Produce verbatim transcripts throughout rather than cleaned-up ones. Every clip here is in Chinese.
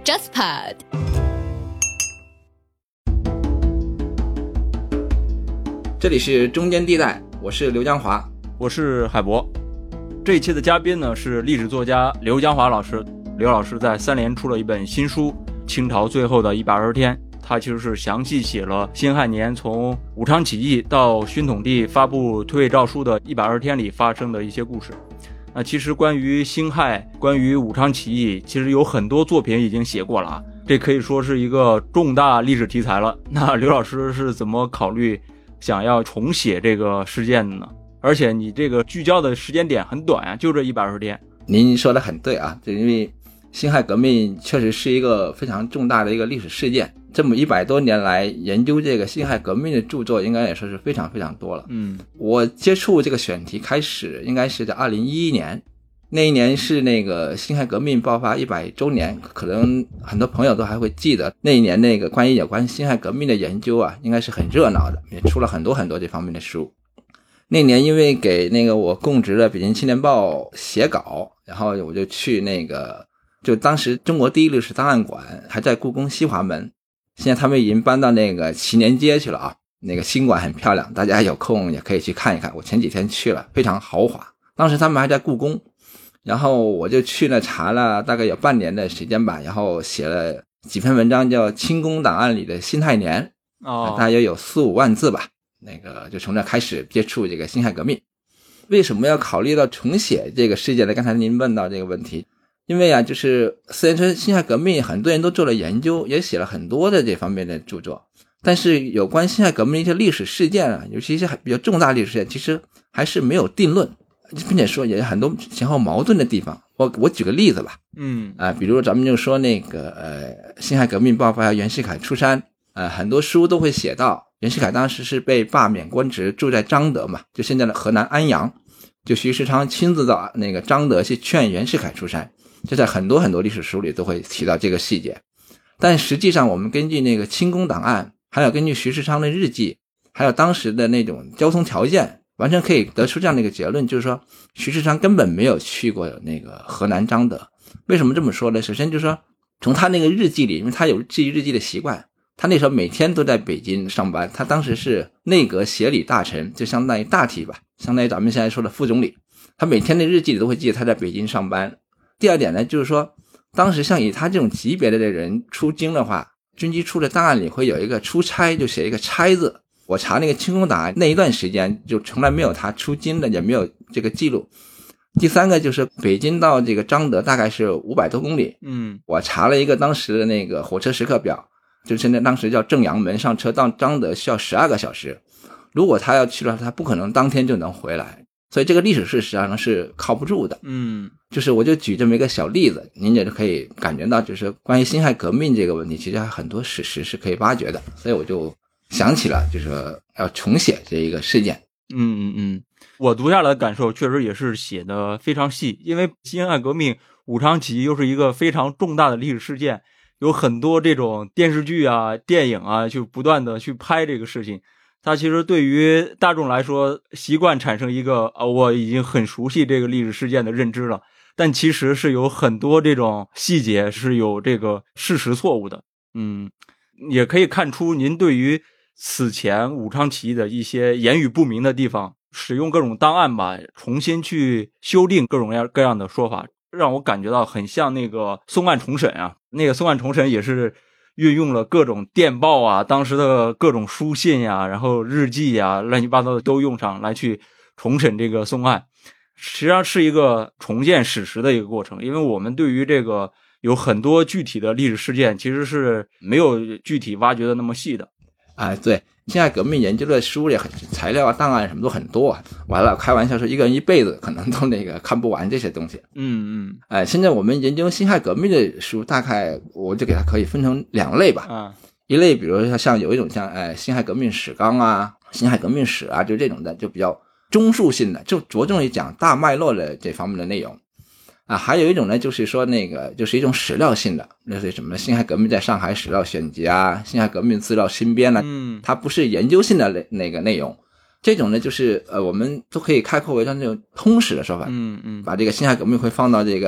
JustPod。 这里是中间地带，我是刘江华， 我是海博。这一期的嘉宾呢是历史作家刘江华老师。刘老师在三联出了一本新书《清朝最后的一百二十天》，他其实是详细写了辛亥年从武昌起义到宣统帝发布退位诏书的一百二十天里发生的一些故事。那其实关于辛亥，关于武昌起义，其实有很多作品已经写过了啊，这可以说是一个重大历史题材了。那刘老师是怎么考虑想要重写这个事件的呢？而且你这个聚焦的时间点很短啊，就这一百二十天。 您说的很对啊，就因为辛亥革命确实是一个非常重大的一个历史事件，这么一百多年来研究这个辛亥革命的著作应该也说是非常非常多了。 嗯， 我接触这个选题开始应该是在二零一一年，那一年是那个辛亥革命爆发一百周年，可能很多朋友都还会记得那一年那个关于有关辛亥革命的研究啊，应该是很热闹的，也出了很多很多这方面的书。那年因为给那个我供职的北京青年报写稿，然后我就去那个就当时中国第一历史档案馆还在故宫西华门，现在他们已经搬到那个祈年街去了啊，那个新馆很漂亮，大家有空也可以去看一看，我前几天去了，非常豪华。当时他们还在故宫，然后我就去那查了大概有半年的时间吧，然后写了几篇文章叫清宫档案里的辛亥年， 哦， 大约有四五万字吧，那个就从那开始接触这个辛亥革命。为什么要考虑到重写这个事件呢？刚才您问到这个问题，因为啊，就是虽然说辛亥革命很多人都做了研究，也写了很多的这方面的著作，但是有关辛亥革命的一些历史事件啊，尤其一些比较重大历史事件，其实还是没有定论，并且说也有很多前后矛盾的地方。我我举个例子吧， 嗯啊、呃，比如咱们就说那个呃，辛亥革命爆发，袁世凯出山，呃，很多书都会写到袁世凯当时是被罢免官职，住在彰德嘛，就现在的河南安阳，就徐世昌亲自到那个彰德去劝袁世凯出山，这在很多很多历史书里都会提到这个细节。但实际上我们根据那个清宫档案，还有根据徐世昌的日记，还有当时的那种交通条件，完全可以得出这样的一个结论，就是说徐世昌根本没有去过那个河南彰德。为什么这么说呢？首先就是说从他那个日记里，因为他有记日记的习惯，他那时候每天都在北京上班，他当时是内阁协理大臣，就相当于大体吧，相当于咱们现在说的副总理，他每天的日记里都会记得他在北京上班。第二点呢，就是说当时像以他这种级别的人出京的话，军机处的档案里会有一个出差，就写一个差字。我查那个清宫档案那一段时间就从来没有他出京的，也没有这个记录。第三个就是北京到这个彰德大概是五百多公里， 嗯， 我查了一个当时的那个火车时刻表，就是那当时叫正阳门，上车到彰德需要十二个小时，如果他要去的话，他不可能当天就能回来，所以这个历史事实上是靠不住的。 嗯， 就是我就举这么一个小例子，您也就可以感觉到，就是关于辛亥革命这个问题，其实还有很多史实是可以挖掘的，所以我就想起了就是说要重写这一个事件。 嗯嗯嗯，我读下来的感受确实也是写的非常细，因为辛亥革命、武昌起义又是一个非常重大的历史事件，有很多这种电视剧啊、电影啊，就不断的去拍这个事情。它其实对于大众来说，习惯产生一个啊，我已经很熟悉这个历史事件的认知了，但其实是有很多这种细节是有这个事实错误的。嗯，也可以看出您对于此前武昌起义的一些言语不明的地方，使用各种档案吧，重新去修订各种各样的说法，让我感觉到很像那个松案重审啊。那个松案重审也是运用了各种电报啊，当时的各种书信呀、啊，然后日记呀、啊，乱七八糟的都用上来去重审这个松案，实际上是一个重建史实的一个过程。因为我们对于这个有很多具体的历史事件，其实是没有具体挖掘的那么细的。 啊，对，辛亥革命研究的书也很材料啊、档案什么都很多啊。完了，开玩笑说一个人一辈子可能都那个看不完这些东西。 嗯嗯。 哎、呃，现在我们研究辛亥革命的书，大概我就给它可以分成两类吧。 啊， 一类比如说像有一种像哎辛亥革命史纲啊、辛亥革命史啊，就这种的，就比较综述性的，就着重于讲大脉络的这方面的内容。啊，还有一种呢，就是说那个就是一种史料性的，那是什么呢？辛亥革命在上海史料选集啊，辛亥革命资料新编啊， 嗯， 它不是研究性的那那个内容。这种呢，就是呃，我们都可以概括为像这种通史的说法。 嗯嗯， 把这个辛亥革命会放到这个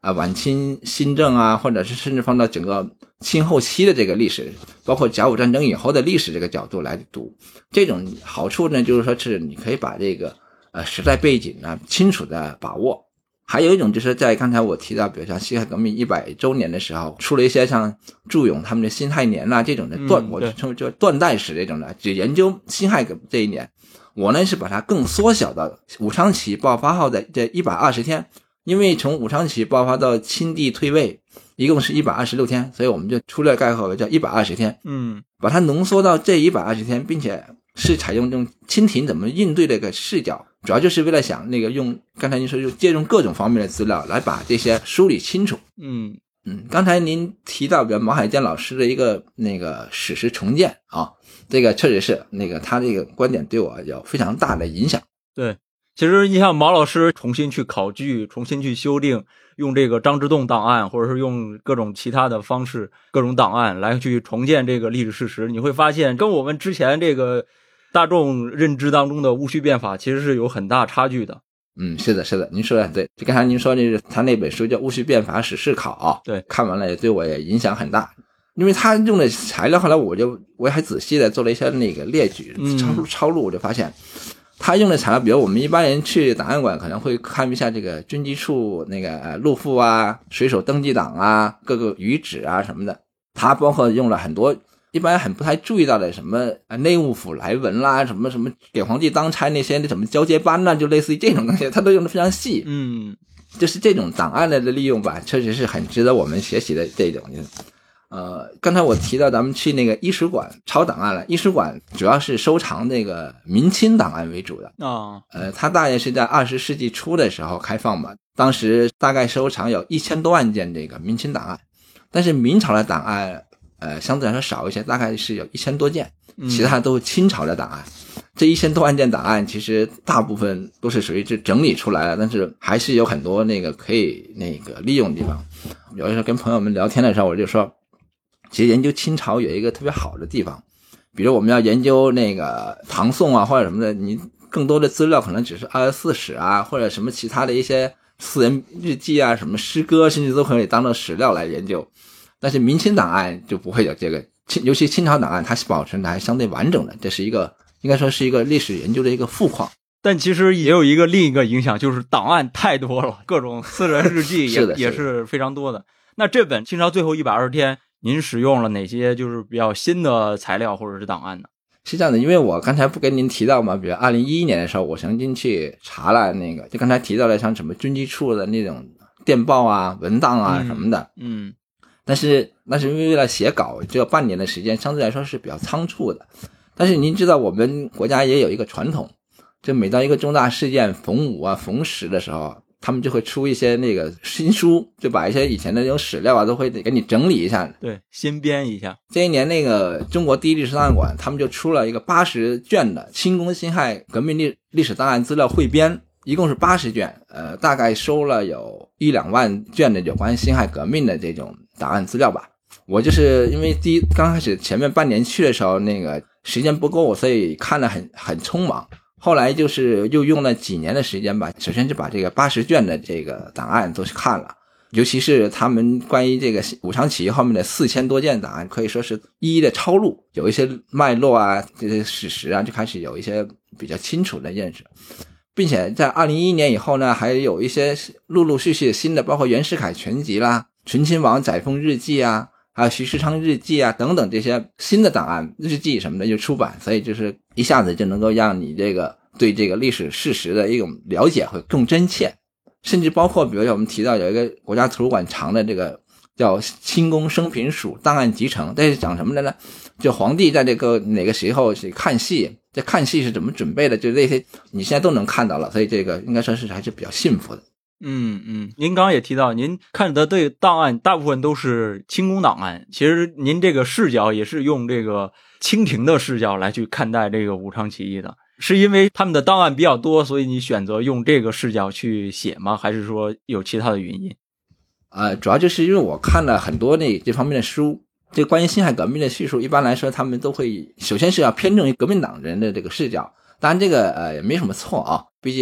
啊晚清新政啊，或者是甚至放到整个清后期的这个历史，包括甲午战争以后的历史这个角度来读，这种好处呢，就是说是你可以把这个呃时代背景呢清楚的把握。还有一种就是在刚才我提到，比如像辛亥革命一百周年的时候，出了一些像祝永他们的辛亥年啊这种的断， 嗯、 我称为叫断代史这种的，只研究辛亥这一年。我呢是把它更缩小到武昌起义爆发后的这一百二十天，因为从武昌起义爆发到清帝退位，一共是一百二十六天，所以我们就粗略概括为叫一百二十天。 嗯， 把它浓缩到这一百二十天，并且是采用这种清廷怎么应对这个视角，主要就是为了想那个用刚才您说用借用各种方面的资料来把这些梳理清楚。 嗯嗯，刚才您提到比如毛海建老师的一个那个史实重建啊，这个确实是那个他这个观点对我有非常大的影响。 对，其实你像毛老师重新去考据，重新去修订，用这个张之洞档案，或者是用各种其他的方式，各种档案来去重建这个历史事实，你会发现跟我们之前这个大众认知当中的戊戌变法其实是有很大差距的。 嗯，是的，是的，您说的很对。就刚才您说那是他那本书叫《戊戌变法史事考》， 对， 看完了也对我也影响很大。因为他用的材料，后来我就我还仔细的做了一些那个列举，抄录抄录，我就发现他用的材料，比如我们一般人去档案馆可能会看一下这个军机处那个呃录附啊、水手登记档啊、各个遗址啊什么的，他包括用了很多一般很不太注意到的什么呃内务府来文啦，什么什么给皇帝当差那些什么交接班啦，就类似于这种东西，他都用的非常细。 嗯， 就是这种档案的利用吧，确实是很值得我们学习的这种。呃，刚才我提到咱们去那个医史馆抄档案了，医史馆主要是收藏那个明清档案为主的啊， 呃，它大约是在二十世纪初的时候开放吧，当时大概收藏有一千多万件这个明清档案，但是明朝的档案呃相对来说少一些，大概是有一千多件，其他都是清朝的档案。嗯、这一千多万件档案其实大部分都是属于这整理出来的，但是还是有很多那个可以那个利用的地方。有的时候跟朋友们聊天的时候，我就说其实研究清朝有一个特别好的地方，比如我们要研究那个唐宋啊或者什么的，你更多的资料可能只是二十四史啊，或者什么其他的一些私人日记啊，什么诗歌，甚至都可以当做史料来研究。但是明清档案就不会有这个，尤其清朝档案它是保存的还相对完整的，这是一个应该说是一个历史研究的一个富矿。 但其实也有一个另一个影响，就是档案太多了，各种私人日记也是也是非常多的。那这本清朝最后一百二十天您使用了哪些就是比较新的材料或者是档案呢？ 是这样的，因为我刚才不跟您提到嘛，比如二零一一年的时候，我曾经去查了那个，就刚才提到了像什么军机处的那种电报啊、文档啊什么的， 嗯，嗯但是那是因为为了写稿，只有半年的时间，相对来说是比较仓促的。但是您知道，我们国家也有一个传统，就每到一个重大事件逢五啊、逢十的时候，他们就会出一些那个新书，就把一些以前的那种史料啊都会给你整理一下， 对，新编一下。 这一年那个中国第一历史档案馆他们就出了一个八十卷的清宫辛亥革命历历史档案资料汇编，一共是八十卷，呃，大概收了有一两万卷的有关辛亥革命的这种档案资料吧。我就是因为第一刚开始前面半年去的时候，那个时间不够，所以看了很很匆忙。后来就是又用了几年的时间吧，首先就把这个八十卷的这个档案都去看了，尤其是他们关于这个武昌起义后面的四千多件档案，可以说是一一的抄录，有一些脉络啊，这些史实啊，就开始有一些比较清楚的认识。并且在二零一一年以后呢，还有一些陆陆续续新的，包括袁世凯全集啦、醇亲王载沣日记啊，还有徐世昌日记啊等等这些新的档案日记什么的就出版，所以就是一下子就能够让你这个对这个历史事实的一种了解会更真切。甚至包括比如说我们提到有一个国家图书馆藏的这个叫清宫生平署档案集成，这是讲什么的呢？就皇帝在这个哪个时候是看戏，这看戏是怎么准备的，就这些你现在都能看到了，所以这个应该说是还是比较幸福的。 嗯嗯，您刚刚也提到，您看的这个档案大部分都是清宫档案，其实您这个视角也是用这个清廷的视角来去看待这个武昌起义的，是因为他们的档案比较多，所以你选择用这个视角去写吗？还是说有其他的原因？ 呃，主要就是因为我看了很多那这方面的书，这关于辛亥革命的叙述，一般来说他们都会首先是要偏重于革命党人的这个视角，当然这个呃也没什么错啊，毕竟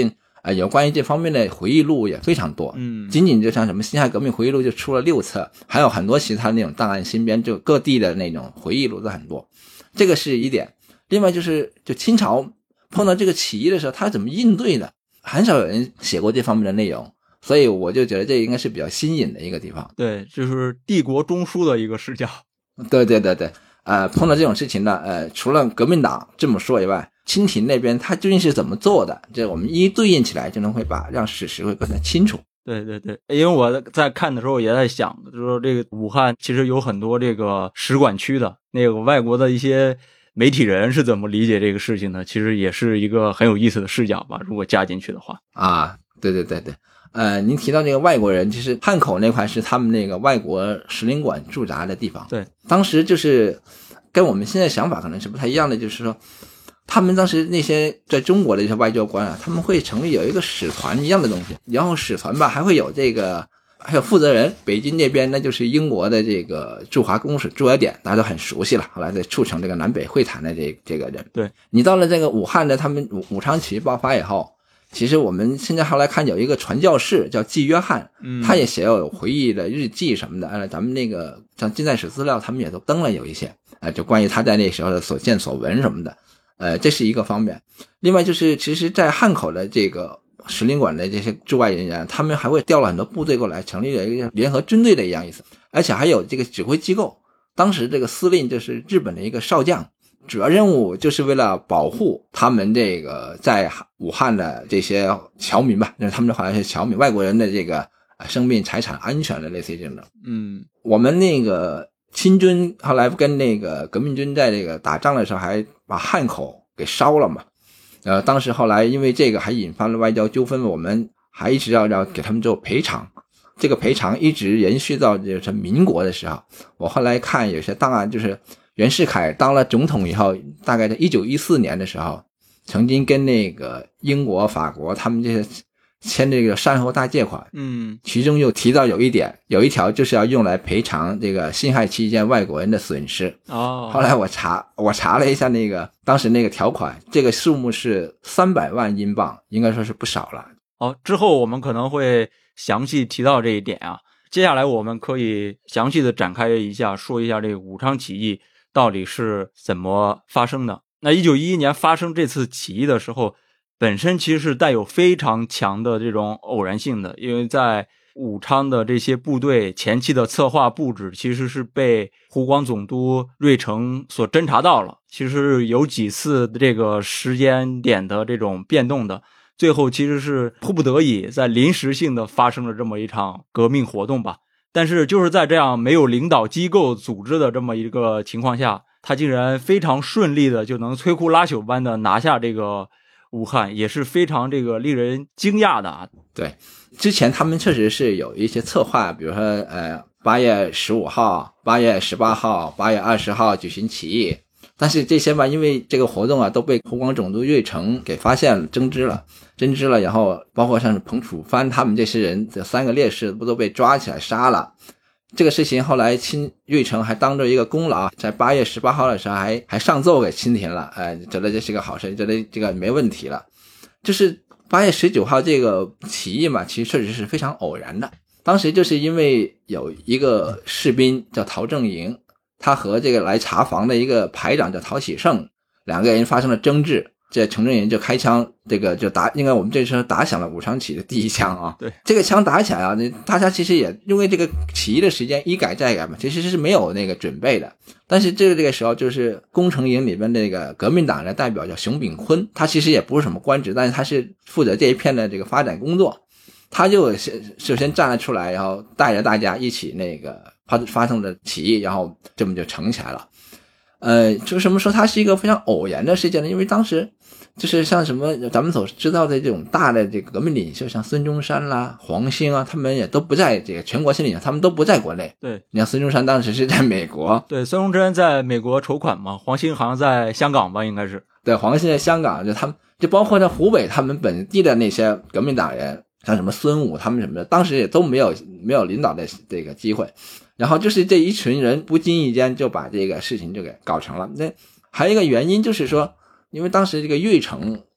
呃，有关于这方面的回忆录也非常多。 嗯， 仅仅就像什么辛亥革命回忆录就出了六册，还有很多其他那种档案新编，就各地的那种回忆录都很多。这个是一点。另外就是就清朝碰到这个起义的时候他怎么应对的，很少有人写过这方面的内容，所以我就觉得这应该是比较新颖的一个地方。 对，就是帝国中枢的一个视角。 对对对对，呃，碰到这种事情呢，呃，除了革命党这么说以外，清廷那边他究竟是怎么做的，这我们一一对应起来，就能会把让史实会更加清楚。 对对对，因为我在看的时候也在想，就是说这个武汉其实有很多这个使馆区的那个外国的一些媒体人是怎么理解这个事情的，其实也是一个很有意思的视角吧，如果加进去的话。 啊，对对对对。呃，您提到这个外国人，其实汉口那块是他们那个外国使领馆驻扎的地方。 对， 当时就是跟我们现在想法可能是不太一样的，就是说他们当时那些在中国的一些外交官啊，他们会成立有一个使团一样的东西，然后使团吧还会有这个还有负责人，北京那边那就是英国的这个驻华公使驻尔典，大家都很熟悉了，后来再促成这个南北会谈的这这个人。 对， 你到了这个武汉的他们武武昌起义爆发以后，其实我们现在后来看有一个传教士叫季约翰， 嗯， 他也写有回忆的日记什么的，呃，咱们那个像近代史资料他们也都登了有一些，呃，就关于他在那时候的所见所闻什么的，呃，这是一个方面。另外就是其实在汉口的这个使领馆的这些驻外人员，他们还会调了很多部队过来，成立了一个联合军队的一样意思，而且还有这个指挥机构，当时这个司令就是日本的一个少将，主要任务就是为了保护他们这个在武汉的这些侨民吧，就是他们好像是侨民外国人的这个生命财产安全的类似于这种。 嗯， 我们那个清军后来跟那个革命军在这个打仗的时候还把汉口给烧了嘛，呃，当时后来因为这个还引发了外交纠纷，我们还一直要要给他们做赔偿，这个赔偿一直延续到就是民国的时候。我后来看有些档案，就是袁世凯当了总统以后，大概在一九一四年的时候，曾经跟那个英国、法国他们这些签这个善后大借款， 嗯， 其中又提到有一点，有一条就是要用来赔偿这个辛亥期间外国人的损失。 哦， 后来我查我查了一下那个当时那个条款，这个数目是三百万英镑，应该说是不少了。 好，之后我们可能会详细提到这一点啊。接下来我们可以详细的展开一下，说一下这个武昌起义到底是怎么发生的。那一九一一年发生这次起义的时候，本身其实是带有非常强的这种偶然性的，因为在武昌的这些部队前期的策划布置其实是被湖广总督瑞成所侦察到了，其实有几次这个时间点的这种变动的，最后其实是迫不得已在临时性的发生了这么一场革命活动吧。但是就是在这样没有领导机构组织的这么一个情况下，他竟然非常顺利的就能摧枯拉朽般的拿下这个武汉，也是非常这个令人惊讶的啊。 对，之前他们确实是有一些策划，比如说呃八月十五号、八月十八号、八月二十号举行起义，但是这些吧，因为这个活动啊都被湖广总督瑞成给发现了、侦知了、侦知了，然后包括像是彭楚藩他们这些人，这三个烈士不都被抓起来杀了？这个事情后来清瑞成还当着一个功劳，在八月十八号的时候还还上奏给清廷了，哎，觉得这是个好事，觉得这个没问题了。就是八月十九号这个起义嘛，其实确实是非常偶然的。当时就是因为有一个士兵叫陶正营，他和这个来查房的一个排长叫陶喜胜，两个人发生了争执，这程正营就开枪，这个就打，应该我们这时候打响了武昌起义的第一枪啊。 对， 这个枪打起来啊，大家其实也因为这个起义的时间一改再改嘛，其实是没有那个准备的。但是这个这个时候，就是工程营里边那个革命党的代表叫熊秉坤，他其实也不是什么官职，但是他是负责这一片的这个发展工作，他就首先站了出来，然后带着大家一起那个发发动的起义，然后这么就成起来了。呃，就什么说它是一个非常偶然的事件呢？因为当时就是像什么咱们所知道的这种大的这个革命领袖，像孙中山啦、黄兴啊，他们也都不在这个全国性领袖，他们都不在国内。 对， 你看孙中山当时是在美国， 对，孙中山在美国筹款嘛，黄兴好像在香港吧，应该是。 对，黄兴在香港，就他们就包括在湖北他们本地的那些革命党人，像什么孙武他们什么的，当时也都没有没有领导的这个机会。然后就是这一群人不经意间就把这个事情就给搞成了。那还有一个原因就是说，因为当时这个瑞成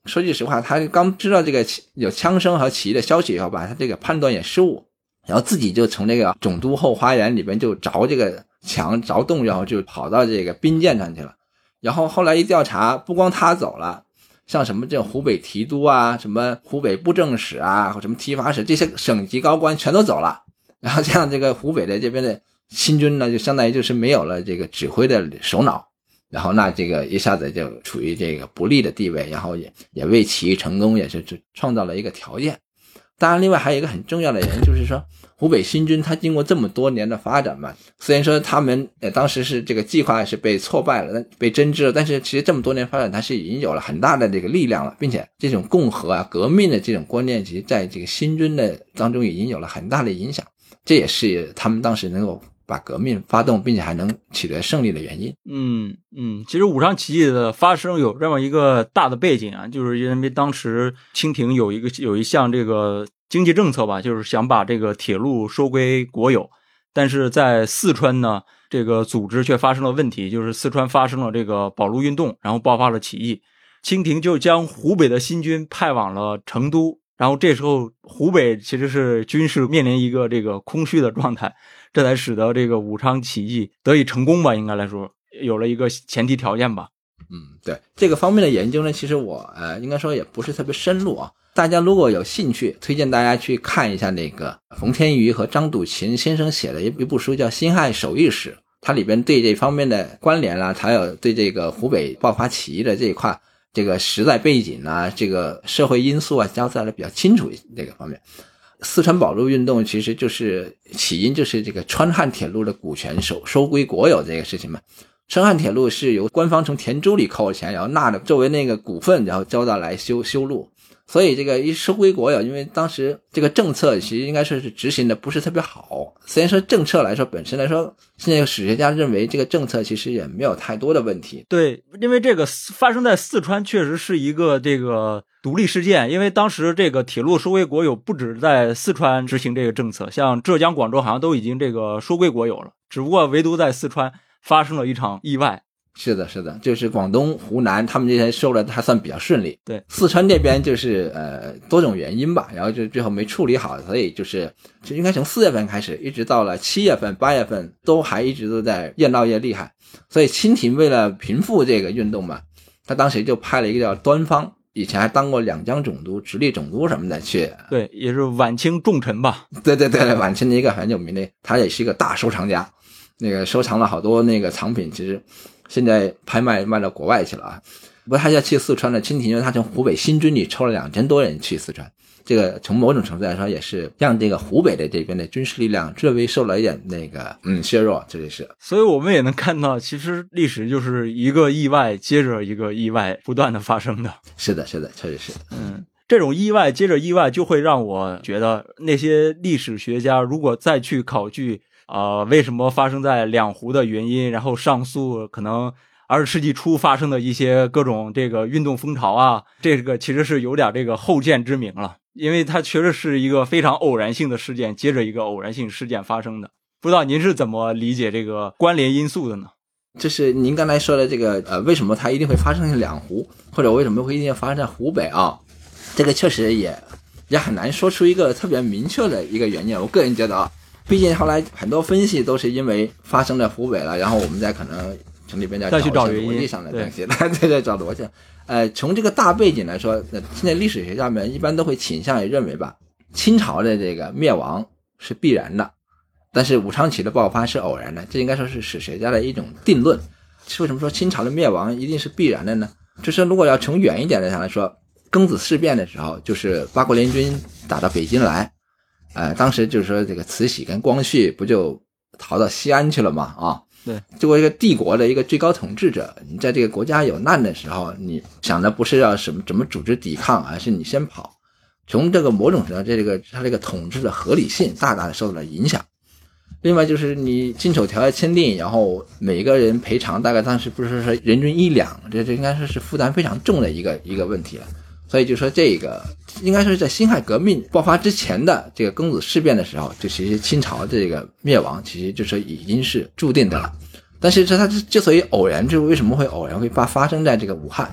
说句实话，他刚知道这个有枪声和起义的消息以后吧，他这个判断也失误，然后自己就从这个总督后花园里边就凿这个墙凿洞，然后就跑到这个兵舰上去了。然后后来一调查，不光他走了，像什么这种湖北提督啊，什么湖北布政使啊，或什么提拔使，这些省级高官全都走了。然后这样这个湖北的这边的新军呢，就相当于就是没有了这个指挥的首脑，然后那这个一下子就处于这个不利的地位，然后也也为起义成功也是创造了一个条件。当然另外还有一个很重要的原因，就是说湖北新军它经过这么多年的发展嘛，虽然说他们呃当时是这个计划是被挫败了，被针织了，但是其实这么多年发展，它是已经有了很大的这个力量了，并且这种共和啊革命的这种观念，其实在这个新军的当中已经有了很大的影响，这也是他们当时能够把革命发动并且还能取得胜利的原因。 嗯嗯，其实武昌起义的发生有这么一个大的背景啊，就是因为当时清廷有一个有一项这个经济政策吧，就是想把这个铁路收归国有，但是在四川呢，这个组织却发生了问题，就是四川发生了这个保路运动，然后爆发了起义，清廷就将湖北的新军派往了成都，然后这时候湖北其实是军事面临一个这个空虚的状态，这才使得这个武昌起义得以成功吧，应该来说有了一个前提条件吧。 嗯，对这个方面的研究呢，其实我呃应该说也不是特别深入啊。大家如果有兴趣，推荐大家去看一下那个冯天瑜和张笃勤先生写的一部书叫《辛亥守义史》，它里边对这方面的关联啦、啊，还有对这个湖北爆发起义的这一块这个时代背景啊，这个社会因素啊交代的比较清楚这个方面。四川保路运动其实就是起因就是这个川汉铁路的股权收收归国有这个事情嘛。川汉铁路是由官方从田租里扣钱，然后纳的作为那个股份，然后交到来修修路。所以这个一收归国有，因为当时这个政策其实应该说是执行的不是特别好。虽然说政策来说本身来说，现在有史学家认为这个政策其实也没有太多的问题。 对，因为这个发生在四川确实是一个这个独立事件，因为当时这个铁路收归国有不止在四川执行这个政策，像浙江、广州好像都已经这个收归国有了，只不过唯独在四川发生了一场意外。 是的是的，就是广东湖南他们这些收的还算比较顺利， 对， 四川这边就是呃多种原因吧，然后就最后没处理好，所以就是就应该从四月份开始一直到了七月份八月份都还一直都在越闹越厉害。所以清廷为了平复这个运动嘛，他当时就派了一个叫端方，以前还当过两江总督、直隶总督什么的去， 对，也是晚清重臣吧， 对对对，晚清的一个很有名的，他也是一个大收藏家，那个收藏了好多那个藏品，其实现在拍卖卖到国外去了啊！不过他要去四川的清廷，因为他从湖北新军里抽了两千多人去四川，这个从某种程度来说也是让这个湖北的这边的军事力量略微受了一点那个嗯削弱，这就是。 所以我们也能看到，其实历史就是一个意外接着一个意外不断的发生的。 是的，是的，确实是。 嗯，这种意外接着意外，就会让我觉得那些历史学家如果再去考据。呃，为什么发生在两湖的原因，然后上溯可能二十世纪初发生的一些各种这个运动风潮啊，这个其实是有点这个后见之明了，因为它确实是一个非常偶然性的事件，接着一个偶然性事件发生的。不知道您是怎么理解这个关联因素的呢？ 就是您刚才说的这个呃，为什么它一定会发生在两湖，或者为什么会一定发生在湖北啊？这个确实也也很难说出一个特别明确的一个原因。我个人觉得啊。毕竟后来很多分析都是因为发生在湖北了，然后我们再可能从里边再找一些逻辑上的东西，对对，找逻辑。呃，从这个大背景来说，那现在历史学家们一般都会倾向于认为吧，清朝的这个灭亡是必然的，但是武昌起义的爆发是偶然的，这应该说是史学家的一种定论。为什么说清朝的灭亡一定是必然的呢？就是如果要从远一点的上来说，庚子事变的时候，就是八国联军打到北京来。呃，当时就是说这个慈禧跟光绪不就逃到西安去了嘛？啊， 对， 作为一个帝国的一个最高统治者，你在这个国家有难的时候，你想的不是要什么怎么组织抵抗，而是你先跑。从这个某种程度，这个它这个统治的合理性大大的受到了影响。另外就是你辛丑条约签订，然后每个人赔偿大概当时不是说人均一两，这这应该说是负担非常重的一个一个问题了。所以就说这个应该说是在辛亥革命爆发之前的这个庚子事变的时候，就其实清朝这个灭亡其实就是已经是注定的了。但是它之所以偶然，就是为什么会偶然会发发生在这个武汉，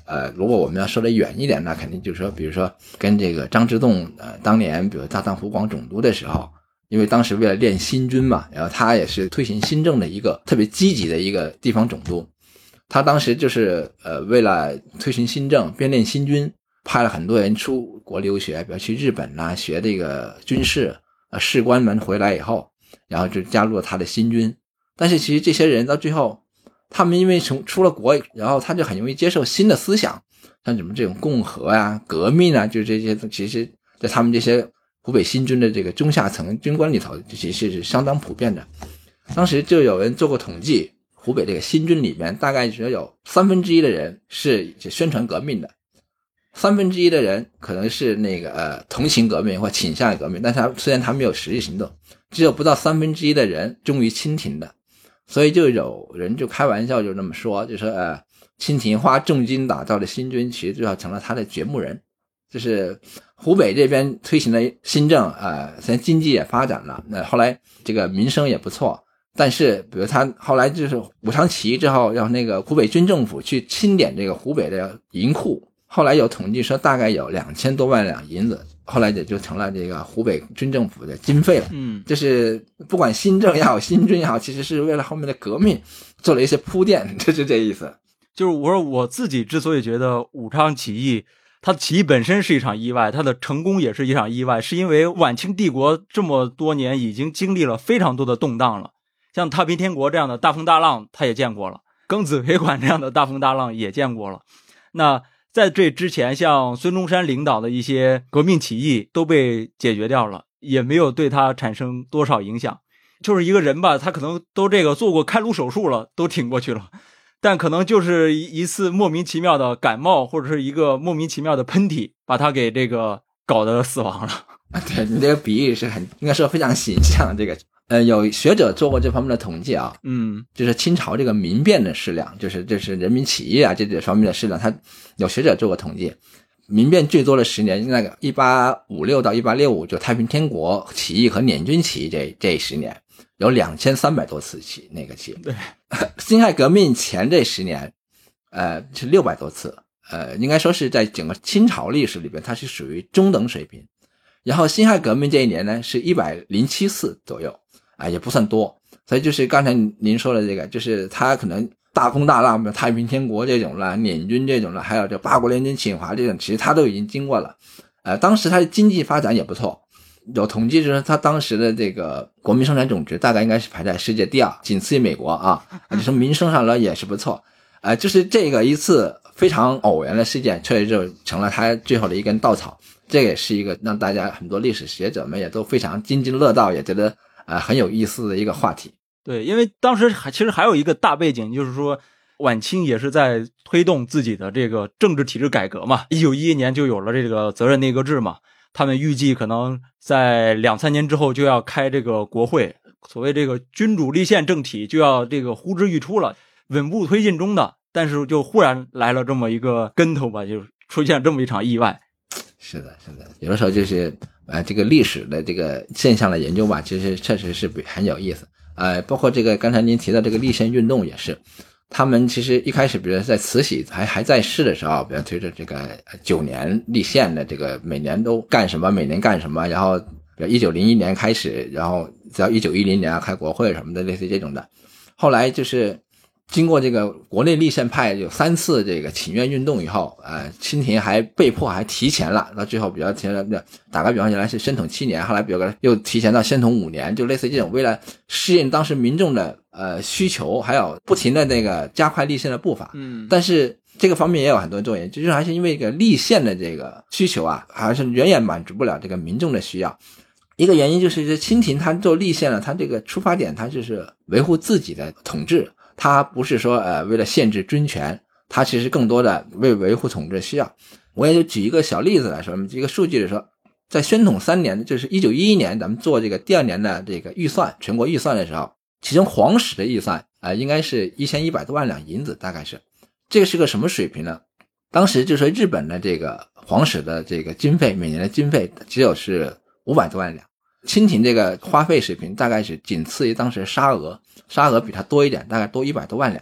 呃，如果我们要说的远一点，那肯定就是说，比如说跟这个张之洞，呃，当年比如大藏湖广总督的时候，因为当时为了练新军嘛，然后他也是推行新政的一个特别积极的一个地方总督。他当时就是呃为了推行新政，边练新军，派了很多人出国留学，比如去日本啊学这个军事，呃士官们回来以后，然后就加入了他的新军。但是其实这些人到最后，他们因为从出了国，然后他就很容易接受新的思想，像什么这种共和啊、革命啊，就这些，其实在他们这些湖北新军的这个中下层军官里头，其实是相当普遍的。当时就有人做过统计，湖北这个新军里面大概只有三分之一的人是宣传革命的，三分之一的人可能是那个呃同情革命或倾向于革命，但是他虽然他没有实际行动，只有不到三分之一的人忠于清廷的。所以就有人就开玩笑就这么说，就说呃清廷花重金打造的新军其实就要成了他的掘墓人。就是湖北这边推行的新政啊，呃，虽然经济也发展了，那后来这个民生也不错，但是比如他后来就是武昌起义之后，让那个湖北军政府去清点这个湖北的银库，后来有统计说大概有两千多万两银子，后来也就成了这个湖北军政府的经费了。 嗯， 就是不管新政也好，新军也好，其实是为了后面的革命做了一些铺垫，这是这意思。 就是我说我自己之所以觉得武昌起义，它的起义本身是一场意外，它的成功也是一场意外，是因为晚清帝国这么多年已经经历了非常多的动荡了，像太平天国这样的大风大浪他也见过了，庚子赔款这样的大风大浪也见过了。那在这之前，像孙中山领导的一些革命起义都被解决掉了，也没有对他产生多少影响。就是一个人吧，他可能都这个做过开颅手术了，都挺过去了，但可能就是一次莫名其妙的感冒，或者是一个莫名其妙的喷嚏，把他给这个搞得死亡了。 对，你这个比喻是很应该说非常形象。这个呃，有学者做过这方面的统计啊， 嗯， 就是清朝这个民变的事量，就是就是人民起义啊这这方面的事量，他有学者做过统计，民变最多的十年，那个一八五六到一八六五，就太平天国起义和捻军起义这这十年，有两千三百多次起那个起义。 对， 辛亥革命前这十年，呃，是六百多次，呃，应该说是在整个清朝历史里边，它是属于中等水平。然后辛亥革命这一年呢，是一百零七次左右。啊，也不算多，所以就是刚才您说的这个，就是他可能大风大浪，比如太平天国这种了，捻军这种了，还有这八国联军侵华这种，其实他都已经经过了。呃，当时他的经济发展也不错，有统计就是他当时的这个国民生产总值大概应该是排在世界第二，仅次于美国啊。就是民生上来也是不错。呃，就是这个一次非常偶然的事件，确实就成了他最后的一根稻草。这也是一个让大家很多历史学者们也都非常津津乐道，也觉得呃，很有意思的一个话题。 对，因为当时还其实还有一个大背景，就是说晚清也是在推动自己的这个政治体制改革嘛。一九一一年就有了这个责任内阁制嘛，他们预计可能在两三年之后就要开这个国会，所谓这个君主立宪政体就要这个呼之欲出了，稳步推进中的。但是就忽然来了这么一个跟头吧，就出现这么一场意外。 是的，是的，有的时候就是呃，这个历史的这个现象的研究吧，其实确实是很有意思。呃，包括这个刚才您提到这个立宪运动也是，他们其实一开始，比如在慈禧还还在世的时候，比如推着这个九年立宪的这个每年都干什么，每年干什么，然后比如一九零一年开始，然后到一九一零年要开国会什么的，类似这种的。后来就是经过这个国内立宪派有三次这个请愿运动以后，呃，清廷还被迫还提前了，到最后比较提前了，打个比方，原来是宣统七年，后来比如又提前到宣统五年，就类似这种，为了适应当时民众的呃需求，还有不停的那个加快立宪的步伐。 嗯，但是这个方面也有很多作用，就是还是因为这个立宪的这个需求啊，还是远远满足不了这个民众的需要。一个原因就是这清廷他做立宪了，他这个出发点他就是维护自己的统治。他不是说呃为了限制军权，他其实更多的为维护统治需要。我也就举一个小例子来说，一个数据来说，在宣统三年，就是一九一一年，咱们做这个第二年的这个预算，全国预算的时候，其中皇室的预算啊、呃，应该是一千一百多万两银子，大概是。这个是个什么水平呢？当时就说日本的这个皇室的这个经费，每年的经费只有是五百多万两。清廷这个花费水平大概是仅次于当时沙俄，沙俄比它多一点，大概多一百多万两。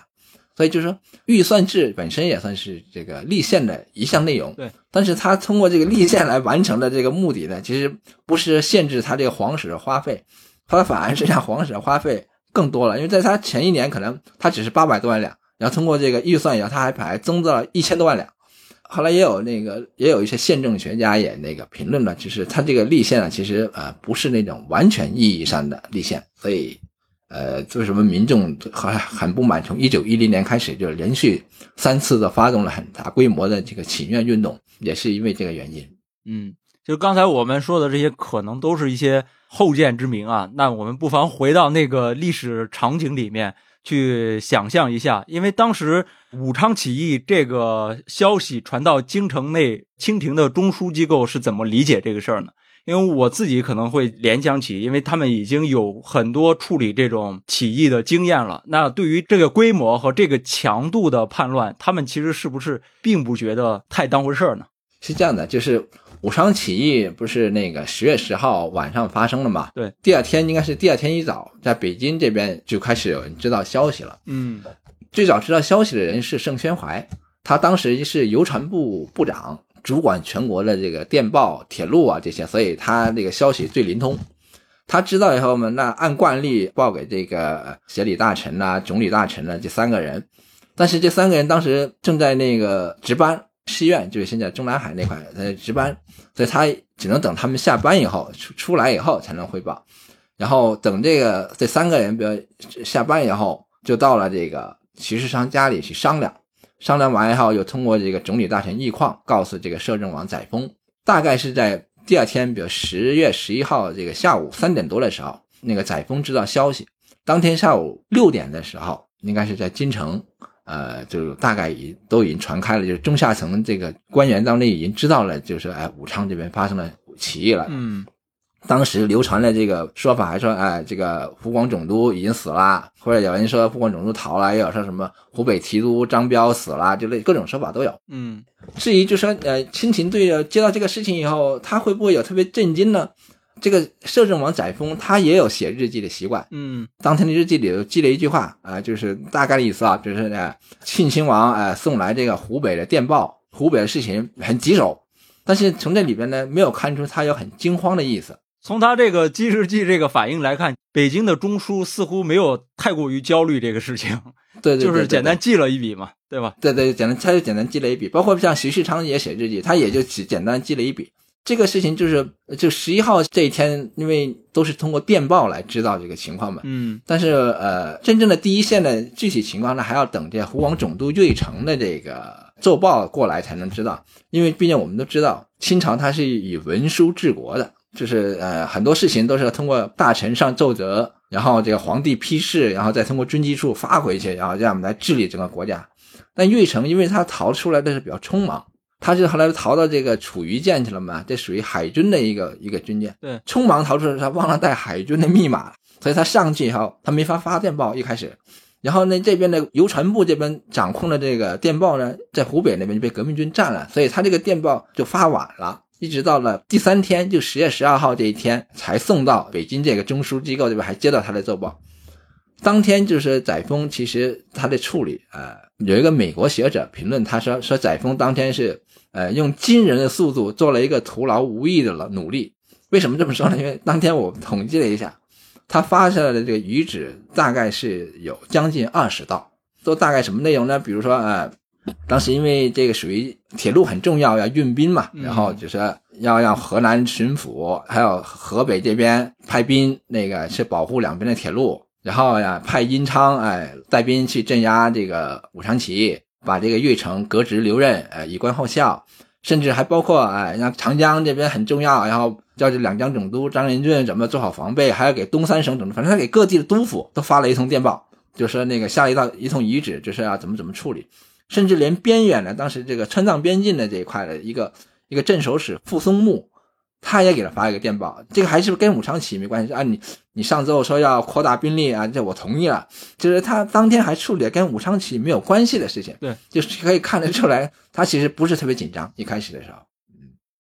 所以就是说预算制本身也算是这个立宪的一项内容。 对， 但是他通过这个立宪来完成的这个目的呢，其实不是限制他这个皇室的花费，他反而是让皇室的花费更多了，因为在他前一年可能他只是八百多万两，然后通过这个预算以后，他还还增到了一千多万两。后来也有那个也有一些宪政学家也那个评论了，就是他这个立宪啊，其实呃不是那种完全意义上的立宪，所以呃为什么民众很很不满，从一九一零年开始就连续三次的发动了很大规模的这个请愿运动，也是因为这个原因。 嗯，就刚才我们说的这些可能都是一些后见之明啊，那我们不妨回到那个历史场景里面去想象一下，因为当时武昌起义这个消息传到京城内，清廷的中枢机构是怎么理解这个事儿呢？因为我自己可能会联想起，因为他们已经有很多处理这种起义的经验了，那对于这个规模和这个强度的叛乱，他们其实是不是并不觉得太当回事儿呢？ 是这样的，就是武昌起义不是那个十月十号晚上发生了嘛？ 对， 第二天应该是第二天一早，在北京这边就开始有人知道消息了。 嗯， 最早知道消息的人是盛宣怀，他当时是邮传部部长，主管全国的这个电报、铁路啊这些，所以他这个消息最灵通。他知道以后呢，那按惯例报给这个协理大臣啊、总理大臣啊这三个人，但是这三个人当时正在那个值班。西苑就是现在中南海那块在值班，所以他只能等他们下班以后出出来以后才能汇报，然后等这个这三个人比如下班以后就到了这个徐世昌家里去商量，商量完以后又通过这个总理大臣奕匡告诉这个摄政王载沣，大概是在第二天比如十月十一号这个下午三点多的时候，那个载沣知道消息，当天下午六点的时候应该是在京城呃，就大概已都已经传开了，就是中下层这个官员当中已经知道了，就是哎，武昌这边发生了起义了。 嗯， 当时流传的这个说法还说，哎，这个湖广总督已经死了，或者有人说湖广总督逃了，也有说什么湖北提督张彪死了，就类各种说法都有。 嗯， 至于就说呃，清廷对接到这个事情以后，他会不会有特别震惊呢？这个摄政王载沣他也有写日记的习惯， 嗯， 当天的日记里有记了一句话啊、呃，就是大概的意思啊，就是呃，庆亲王呃送来这个湖北的电报，湖北的事情很棘手，但是从这里边呢没有看出他有很惊慌的意思。 从他这个记日记这个反应来看，北京的中枢似乎没有太过于焦虑这个事情， 对 对, 对, 对, 对， 就是简单记了一笔嘛，对吧？ 对对，简单他就简单记了一笔，包括像徐世昌也写日记，他也就只简单记了一笔。这个事情就是就十一号这一天，因为都是通过电报来知道这个情况嘛， 嗯， 但是呃，真正的第一线的具体情况呢，还要等这湖广总督瑞成的这个奏报过来才能知道，因为毕竟我们都知道，清朝它是以文书治国的，就是呃很多事情都是通过大臣上奏折，然后这个皇帝批示，然后再通过军机处发回去，然后这样我们来治理整个国家。但瑞成因为他逃出来的是比较匆忙。他是后来逃到这个楚瑜舰去了嘛，这属于海军的一个一个军舰， 对， 匆忙逃出来，他忘了带海军的密码，所以他上去以后他没法发电报一开始，然后呢这边的邮传部这边掌控的这个电报呢，在湖北那边就被革命军占了，所以他这个电报就发晚了，一直到了第三天，就十月十二号这一天才送到北京这个中枢机构这边，还接到他的奏报。当天就是载沣其实他的处理呃，有一个美国学者评论他说说载沣当天是呃用惊人的速度做了一个徒劳无益的努力。为什么这么说呢？因为当天我统计了一下，他发下来的这个谕旨大概是有将近二十道，都大概什么内容呢？比如说呃当时因为这个属于铁路很重要，要运兵嘛，然后就是要让河南巡抚还有河北这边派兵，那个是保护两边的铁路，然后呀派殷昌哎带兵去镇压这个武昌起义，把这个岳成革职留任，呃以观后效，甚至还包括哎让长江这边很重要，然后叫这两江总督张仁俊怎么做好防备，还要给东三省总督，反正他给各地的督府都发了一通电报，就是那个下了一道一通遗旨，就是要怎么怎么处理，甚至连边远的当时这个川藏边境的这一块的一个一个镇守使傅松木，他也给他发一个电报，这个还是跟武昌起义没关系啊，你你上周说要扩大兵力啊，这我同意了，就是他当天还处理跟武昌起义没有关系的事情， 对， 就是可以看得出来他其实不是特别紧张一开始的时候。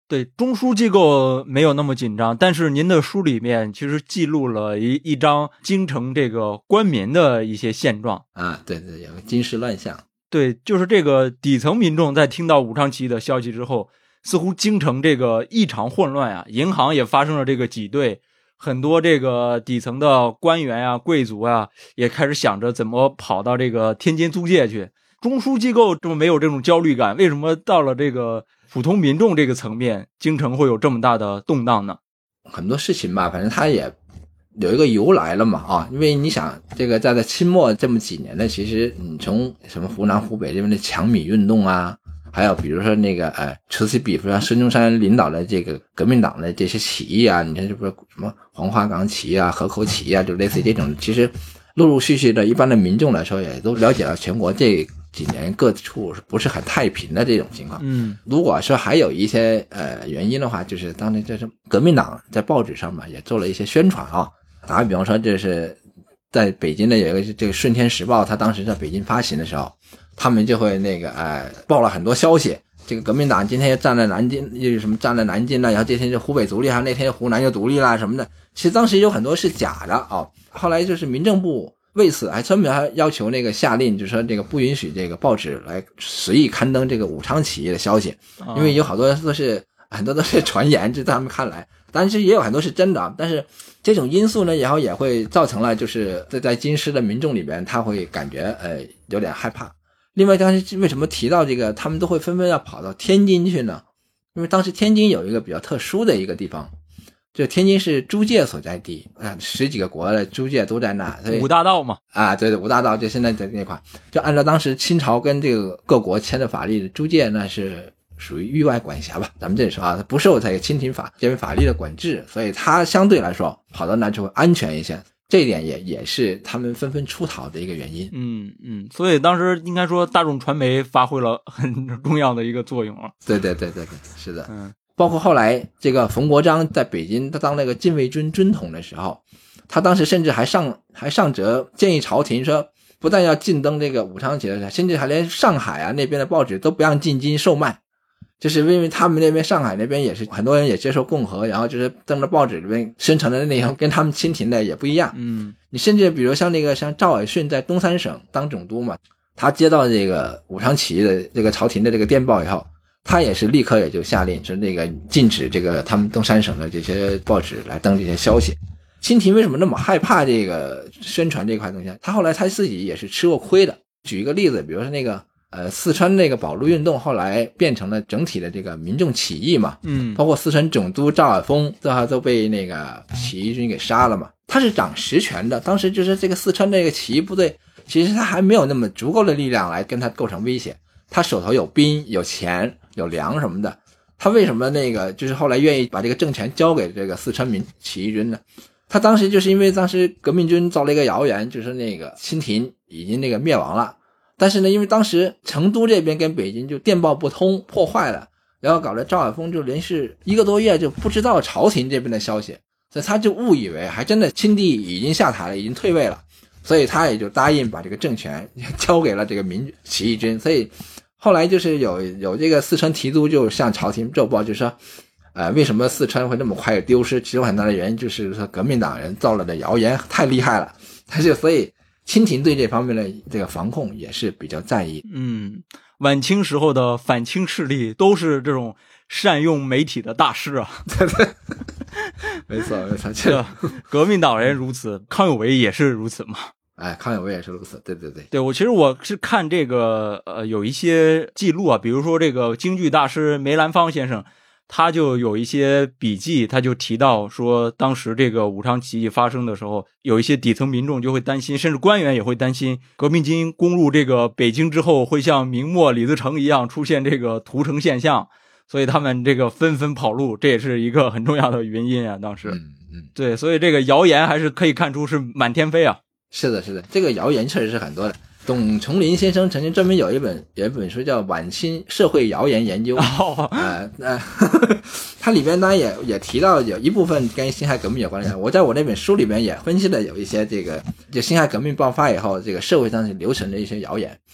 对，中枢机构没有那么紧张，但是您的书里面其实记录了一一张京城这个官民的一些现状啊，对对，有个军事乱象。 对，就是这个底层民众在听到武昌起义的消息之后，似乎京城这个异常混乱啊，银行也发生了这个挤兑，很多这个底层的官员啊、贵族啊，也开始想着怎么跑到这个天津租界去。中枢机构这么没有这种焦虑感，为什么到了这个普通民众这个层面，京城会有这么大的动荡呢？ 很多事情吧，反正它也有一个由来了嘛啊，因为你想这个在在清末这么几年呢，其实你从什么湖南湖北这边的抢米运动啊，还有比如说那个呃此起彼伏像孙中山领导的这个革命党的这些起义啊，你看这不是什么黄花岗起义啊、河口起义啊，就类似于这种，其实陆陆续续的一般的民众来说也都了解到全国这几年各处不是很太平的这种情况。 嗯， 如果说还有一些呃原因的话，就是当年这是革命党在报纸上嘛也做了一些宣传啊。打个比方说，就是在北京的有一个这个《顺天时报》，它当时在北京发行的时候，他们就会那个呃报了很多消息。这个革命党今天又站在南京，又什么站在南京了，然后这天就湖北独立，还有那天湖南又独立啦什么的。其实当时有很多是假的啊、哦。后来就是民政部为此还专门还要求那个下令，就是说这个不允许这个报纸来随意刊登这个武昌起义的消息，因为有好多都是很多都是传言，这在他们看来，但是也有很多是真的。但是这种因素呢，然后也会造成了就是在在京师的民众里边，他会感觉呃有点害怕。另外，当时为什么提到这个，他们都会纷纷要跑到天津去呢？因为当时天津有一个比较特殊的一个地方。就天津是租界所在地啊，十几个国的租界都在那，所以五大道嘛， 啊，对对，五大道就现在在那块，就按照当时清朝跟这个各国签的法律，租界那是属于域外管辖吧，咱们这里说啊，它不受这个清廷法这边法律的管制，所以它相对来说跑到那就会安全一些。这一点也也是他们纷纷出逃的一个原因。 嗯嗯，所以当时应该说大众传媒发挥了很重要的一个作用了。 对对对对对，是的。 嗯。 包括后来这个冯国璋在北京他当那个禁卫军军统的时候，他当时甚至还上还上折建议朝廷说，不但要禁登这个武昌起义，甚至还连上海啊那边的报纸都不让进京售卖，就是因为他们那边上海那边也是很多人也接受共和，然后就是登的报纸里面宣传的内容跟他们清廷的也不一样。 嗯， 你甚至比如像那个像赵尔巽在东三省当总督嘛，他接到这个武昌起义的这个朝廷的这个电报以后，他也是立刻也就下令说那个禁止这个他们东三省的这些报纸来登这些消息。清廷为什么那么害怕这个宣传这块东西？他后来他自己也是吃过亏的。举一个例子，比如说那个呃四川那个保路运动后来变成了整体的这个民众起义嘛， 嗯， 包括四川总督赵尔丰最后都被那个起义军给杀了嘛。他是掌实权的，当时就是这个四川那个起义部队，其实他还没有那么足够的力量来跟他构成威胁。他手头有兵有钱有粮什么的，他为什么那个就是后来愿意把这个政权交给这个四川民起义军呢？他当时就是因为当时革命军造了一个谣言，就是那个清廷已经那个灭亡了，但是呢因为当时成都这边跟北京就电报不通破坏了，然后搞得赵尔丰就连续一个多月就不知道朝廷这边的消息，所以他就误以为还真的清帝已经下台了，已经退位了，所以他也就答应把这个政权交给了这个民起义军。所以后来就是有有这个四川提督就向朝廷奏报，就说呃，为什么四川会那么快丢失？其中很大的原因就是说革命党人造了的谣言太厉害了，他就所以清廷对这方面的这个防控也是比较在意。 嗯，晚清时候的反清势力都是这种善用媒体的大师啊。 对对，没错没错，这革命党人如此，康有为也是如此嘛。 哎，康有为也是如此，对对对， 对我其实我是看这个呃有一些记录啊，比如说这个京剧大师梅兰芳先生，他就有一些笔记，他就提到说，当时这个武昌起义发生的时候，有一些底层民众就会担心，甚至官员也会担心，革命军攻入这个北京之后，会像明末李自成一样出现这个屠城现象，所以他们这个纷纷跑路，这也是一个很重要的原因啊。当时， 嗯嗯， 对，所以这个谣言还是可以看出是满天飞啊。 是的，是的，这个谣言确实是很多的。董崇林先生曾经专门有一本有一本书叫《晚清社会谣言研究》， 哦， 呃呃，它里边当然也也提到有一部分跟辛亥革命有关的。我在我那本书里面也分析了有一些这个就辛亥革命爆发以后这个社会上流传的一些谣言。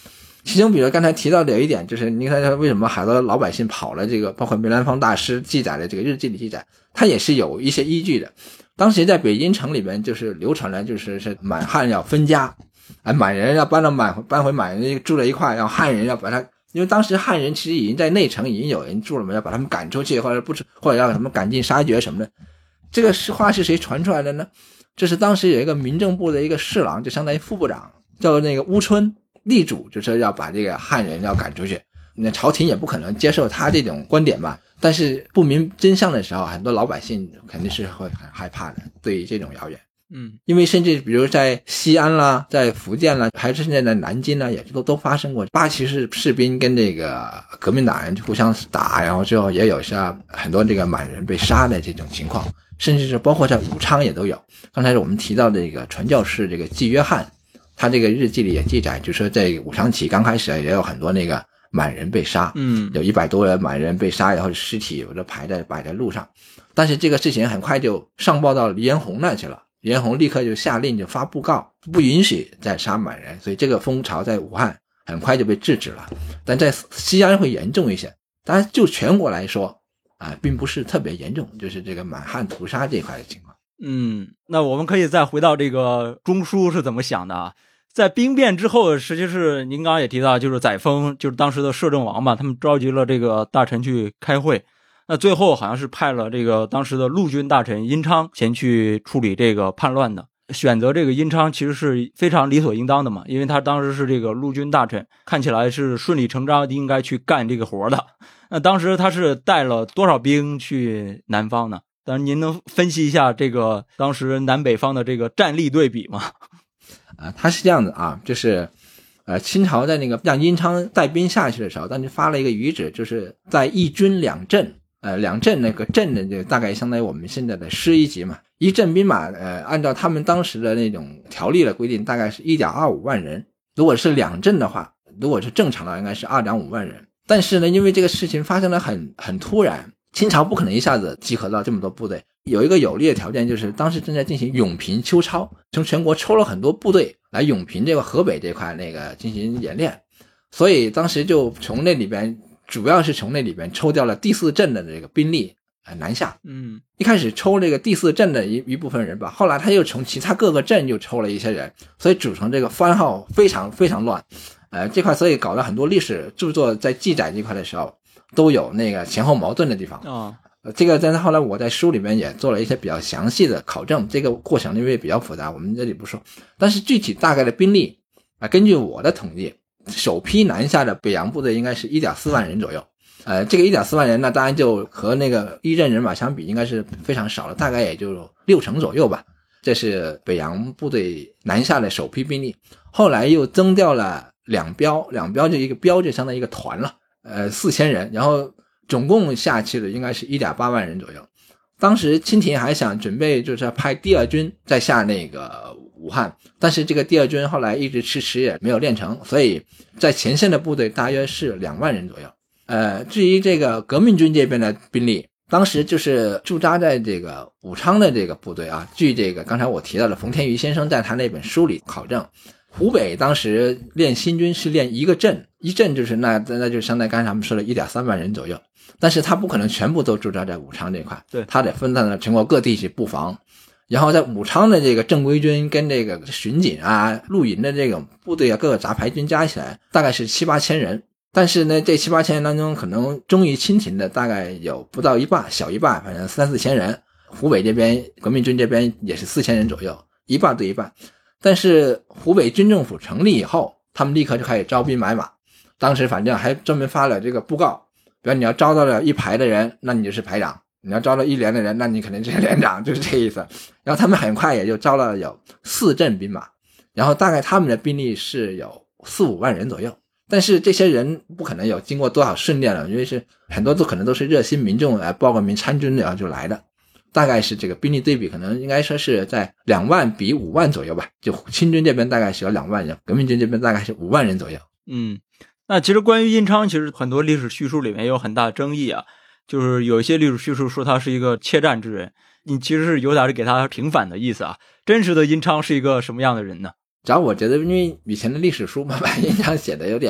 其中比如刚才提到的有一点，就是你看为什么好多老百姓跑了这个，包括梅兰芳大师记载的这个日记里记载，他也是有一些依据的。当时在北京城里面就是流传了，就是是满汉要分家，啊，满人要搬到满搬回满人住了一块，然后汉人要把他，因为当时汉人其实已经在内城已经有人住了嘛，要把他们赶出去，或者不或者要什么赶尽杀绝什么的。这个话是谁传出来的呢？这是当时有一个民政部的一个侍郎，就相当于副部长，叫那个乌春力主，就是要把这个汉人要赶出去。那朝廷也不可能接受他这种观点吧，但是不明真相的时候，很多老百姓肯定是会很害怕的，对于这种谣言。 嗯， 因为甚至比如在西安啦，在福建啦，还是现在的南京啦，也都都发生过八旗士士兵跟这个革命党人互相打，然后最后也有像很多这个满人被杀的这种情况，甚至是包括在武昌也都有。刚才我们提到的这个传教士这个季约翰，他这个日记里也记载，就是说在武昌起刚开始也有很多那个满人被杀， 嗯， 有一百多人满人被杀，然后尸体有的排在摆在路上，但是这个事情很快就上报到李彦宏那去了。李彦宏立刻就下令就发布告，不允许再杀满人，所以这个风潮在武汉很快就被制止了。但在西安会严重一些，当然就全国来说啊，并不是特别严重，就是这个满汉屠杀这块的情况。 嗯，那我们可以再回到这个中书是怎么想的啊？在兵变之后，实际是您刚刚也提到，就是载沣，就是当时的摄政王嘛，他们召集了这个大臣去开会。那最后好像是派了这个当时的陆军大臣殷昌前去处理这个叛乱的，选择这个殷昌其实是非常理所应当的嘛，因为他当时是这个陆军大臣，看起来是顺理成章应该去干这个活的。那当时他是带了多少兵去南方呢？当然您能分析一下这个当时南北方的这个战力对比吗？ 啊，他是这样的啊，就是呃，清朝在那个让殷昌带兵下去的时候，当时发了一个谕旨，就是在一军两镇。呃，两镇那个镇的就大概相当于我们现在的师一级嘛，一镇兵马，呃，按照他们当时的那种条例的规定，大概是 一点二五万人。如果是两镇的话，如果是正常的，应该是 二点五万人。但是呢，因为这个事情发生的很很突然，清朝不可能一下子集合到这么多部队。有一个有利的条件，就是当时正在进行永平秋操，从全国抽了很多部队来永平这个河北这块那个进行演练，所以当时就从那里边。主要是从那里边抽调了第四镇的这个兵力呃南下。 嗯， 一开始抽这个第四镇的一一部分人吧，后来他又从其他各个镇又抽了一些人，所以组成这个番号非常非常乱。呃，这块所以搞了很多历史著作在记载这块的时候都有那个前后矛盾的地方。 哦， 呃，这个在后来我在书里面也做了一些比较详细的考证，这个过程因为比较复杂，我们这里不说。但是具体大概的兵力啊、呃，根据我的统计。首批南下的北洋部队应该是 一点四万人左右，呃，这个 一点四万人呢，当然就和那个一镇人马相比，应该是非常少了，大概也就六成左右吧。这是北洋部队南下的首批兵力，后来又增调了两标，两标就一个标就相当于一个团了，呃，四千人，然后总共下去的应该是 一点八万人左右。当时清廷还想准备就是派第二军再下那个武汉，但是这个第二军后来一直迟迟也没有练成，所以在前线的部队大约是两万人左右。呃，至于这个革命军这边的兵力，当时就是驻扎在这个武昌的这个部队啊，据这个刚才我提到的冯天瑜先生在他那本书里考证，湖北当时练新军是练一个镇，一镇就是那那就相当于刚才他们说的 一点三万人左右，但是他不可能全部都驻扎在武昌这块， 对， 他得分散到全国各地去布防。然后在武昌的这个正规军跟这个巡警啊、露营的这种部队啊，各个杂牌军加起来大概是七八千人。但是呢，这七八千人当中，可能忠于清廷的大概有不到一半，小一半，反正三四千人。湖北这边革命军这边也是四千人左右，一半对一半。但是湖北军政府成立以后，他们立刻就开始招兵买马。当时反正还专门发了这个布告，比如你要招到了一排的人，那你就是排长。你要招了一连的人，那你肯定是连长，就是这意思。然后他们很快也就招了有四镇兵马，然后大概他们的兵力是有四五万人左右。但是这些人不可能有经过多少训练了，因为是很多都可能都是热心民众来报个名参军然后就来的。大概是这个兵力对比可能应该说是在两万比五万左右吧，就清军这边大概是有两万人，革命军这边大概是五万人左右。 嗯，那其实关于殷昌，其实很多历史叙述里面也有很大的争议啊。就是有一些历史叙述说他是一个怯战之人，你其实是有点给他平反的意思啊。真实的殷昌是一个什么样的人呢？ 主要我觉得因为以前的历史书嘛，把殷昌写的有点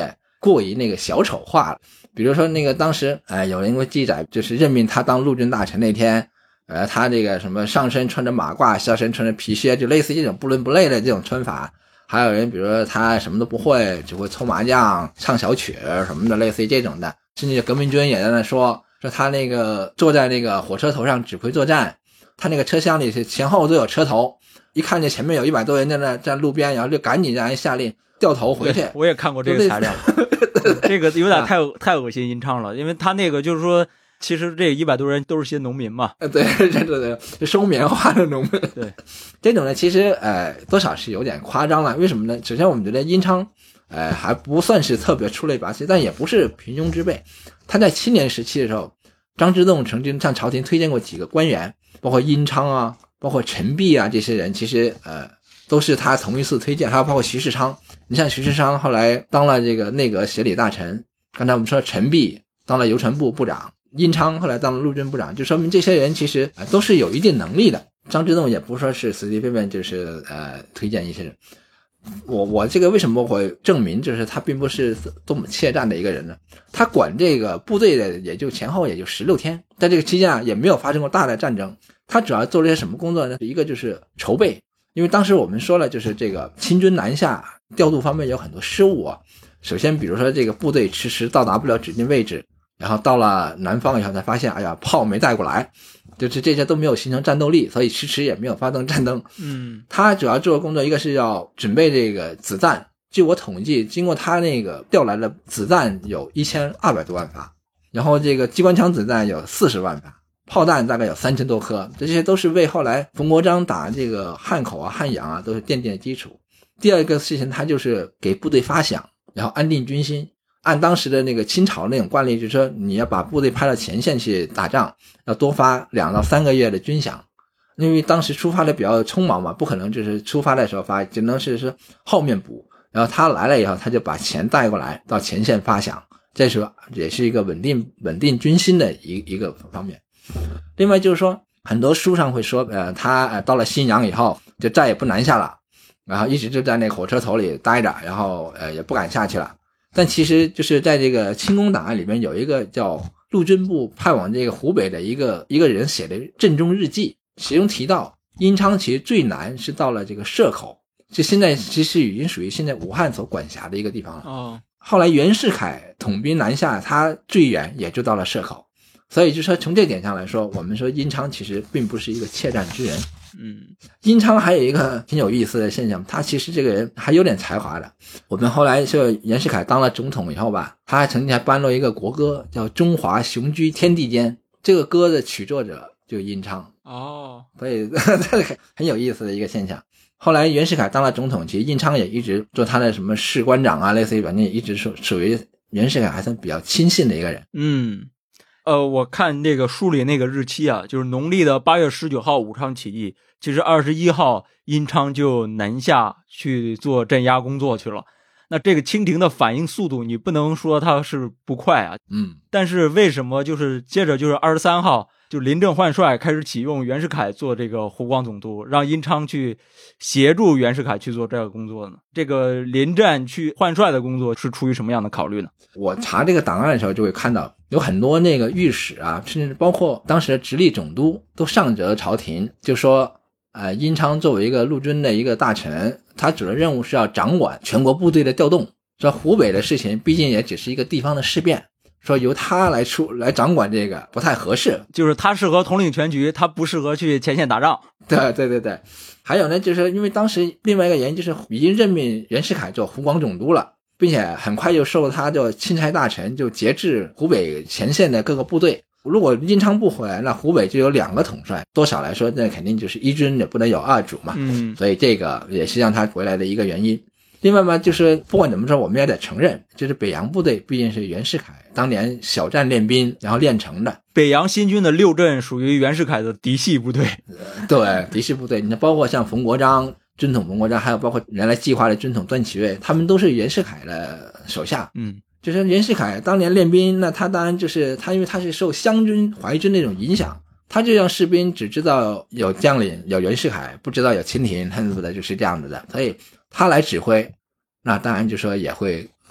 过于那个小丑化了。比如说那个当时呃有人会记载，就是任命他当陆军大臣那天，呃他这个什么上身穿着马褂，下身穿着皮靴，就类似这种不伦不类的这种穿法。还有人比如说他什么都不会，只会搓麻将唱小曲什么的，类似于这种的。甚至革命军也在那说说他那个坐在那个火车头上指挥作战，他那个车厢里是前后都有车头，一看见前面有一百多人在那在路边，然后就赶紧让人下令掉头回去。 我也看过这个材料这个有点太太恶心殷昌了，因为他那个就是说其实这一百多人都是些农民嘛。 对对对对，是收棉花的农民。 对， 这种呢其实呃多少是有点夸张了。为什么呢？首先我们觉得殷昌呃还不算是特别出类拔萃，但也不是平庸之辈。他在七年时期的时候，张之洞曾经向朝廷推荐过几个官员，包括殷昌啊，包括陈璧啊，这些人其实呃都是他同一次推荐。还有包括徐世昌，你像徐世昌后来当了这个内阁协理大臣，刚才我们说陈璧当了邮传部部长，殷昌后来当了陆军部长，就说明这些人其实、呃、都是有一定能力的。张之洞也不说是随随便便就是呃推荐一些人。我我这个为什么会证明就是他并不是多么怯战的一个人呢？他管这个部队的也就前后也就十六天，在这个期间啊也没有发生过大的战争。他主要做了些什么工作呢？一个就是筹备，因为当时我们说了，就是这个清军南下调度方面有很多失误啊。首先比如说这个部队迟迟到达不了指定位置，然后到了南方以后才发现，哎呀炮没带过来，就是这些都没有形成战斗力，所以迟迟也没有发动战争。 嗯， 他主要做的工作一个是要准备这个子弹，据我统计经过他那个调来的子弹有一千二百多万发，然后这个机关枪子弹有四十万发，炮弹大概有三千多颗，这些都是为后来冯国璋打这个汉口啊汉阳啊都是奠定的基础。第二个事情他就是给部队发饷，然后安定军心。按当时的那个清朝那种惯例，就是说你要把部队派到前线去打仗，要多发两到三个月的军饷。因为当时出发的比较匆忙嘛，不可能就是出发的时候发，只能是说后面补。然后他来了以后，他就把钱带过来到前线发饷，这时候也是一个稳定稳定军心的一一个方面。另外就是说，很多书上会说，呃，他呃到了新阳以后就再也不南下了，然后一直就在那个火车头里待着，然后呃也不敢下去了。但其实就是在这个清宫档案里面有一个叫陆军部派往这个湖北的一个一个人写的阵中日记，其中提到殷昌其实最南是到了这个社口，这现在其实已经属于现在武汉所管辖的一个地方了。 哦， 后来袁世凯统兵南下，他最远也就到了社口，所以就说从这点上来说，我们说殷昌其实并不是一个怯战之人。 嗯， 殷昌还有一个挺有意思的现象，他其实这个人还有点才华的。我们后来就袁世凯当了总统以后吧，他还曾经还颁了一个国歌，叫《中华雄居天地间》，这个歌的曲作者就殷昌。 哦， 所以这个很有意思的一个现象。后来袁世凯当了总统，其实殷昌也一直做他的什么士官长啊，类似于反正也一直属属于袁世凯还算比较亲信的一个人。 嗯，呃，我看这个书里那个日期啊，就是农历的八月十九号武昌起义，其实二十一号殷昌就南下去做镇压工作去了。那这个清廷的反应速度，你不能说它是不快啊， 嗯， 但是为什么就是接着就是二十三号，就临阵换帅开始启用袁世凯做这个湖广总督，让殷昌去协助袁世凯去做这个工作呢？这个临战去换帅的工作是出于什么样的考虑呢？ 我查这个档案的时候就会看到有很多那个御史啊，甚至包括当时的直隶总督都上折朝廷，就说呃，殷昌作为一个陆军的一个大臣，他主要任务是要掌管全国部队的调动，说湖北的事情毕竟也只是一个地方的事变，说由他来出来掌管这个不太合适， 就是他适合统领全局，他不适合去前线打仗。 对对对对。还有呢，就是因为当时另外一个原因就是已经任命袁世凯做湖广总督了，并且很快就受他的钦差大臣就节制湖北前线的各个部队。如果殷昌不回来，那湖北就有两个统帅，多少来说那肯定就是一军也不能有二主嘛。 嗯， 所以这个也是让他回来的一个原因。另外嘛，就是不管怎么说，我们也得承认，就是北洋部队毕竟是袁世凯当年小站练兵然后练成的。 北洋新军的六镇属于袁世凯的嫡系部队。 对，嫡系部队，你看包括像冯国璋、军统冯国璋，还有包括原来计划的军统段祺瑞，他们都是袁世凯的手下。 嗯， 就是袁世凯当年练兵，那他当然就是他，因为他是受湘军、淮军那种影响，他就让士兵只知道有将领有袁世凯，不知道有清廷，恨不得就是这样子的，所以他来指挥，那当然就说也会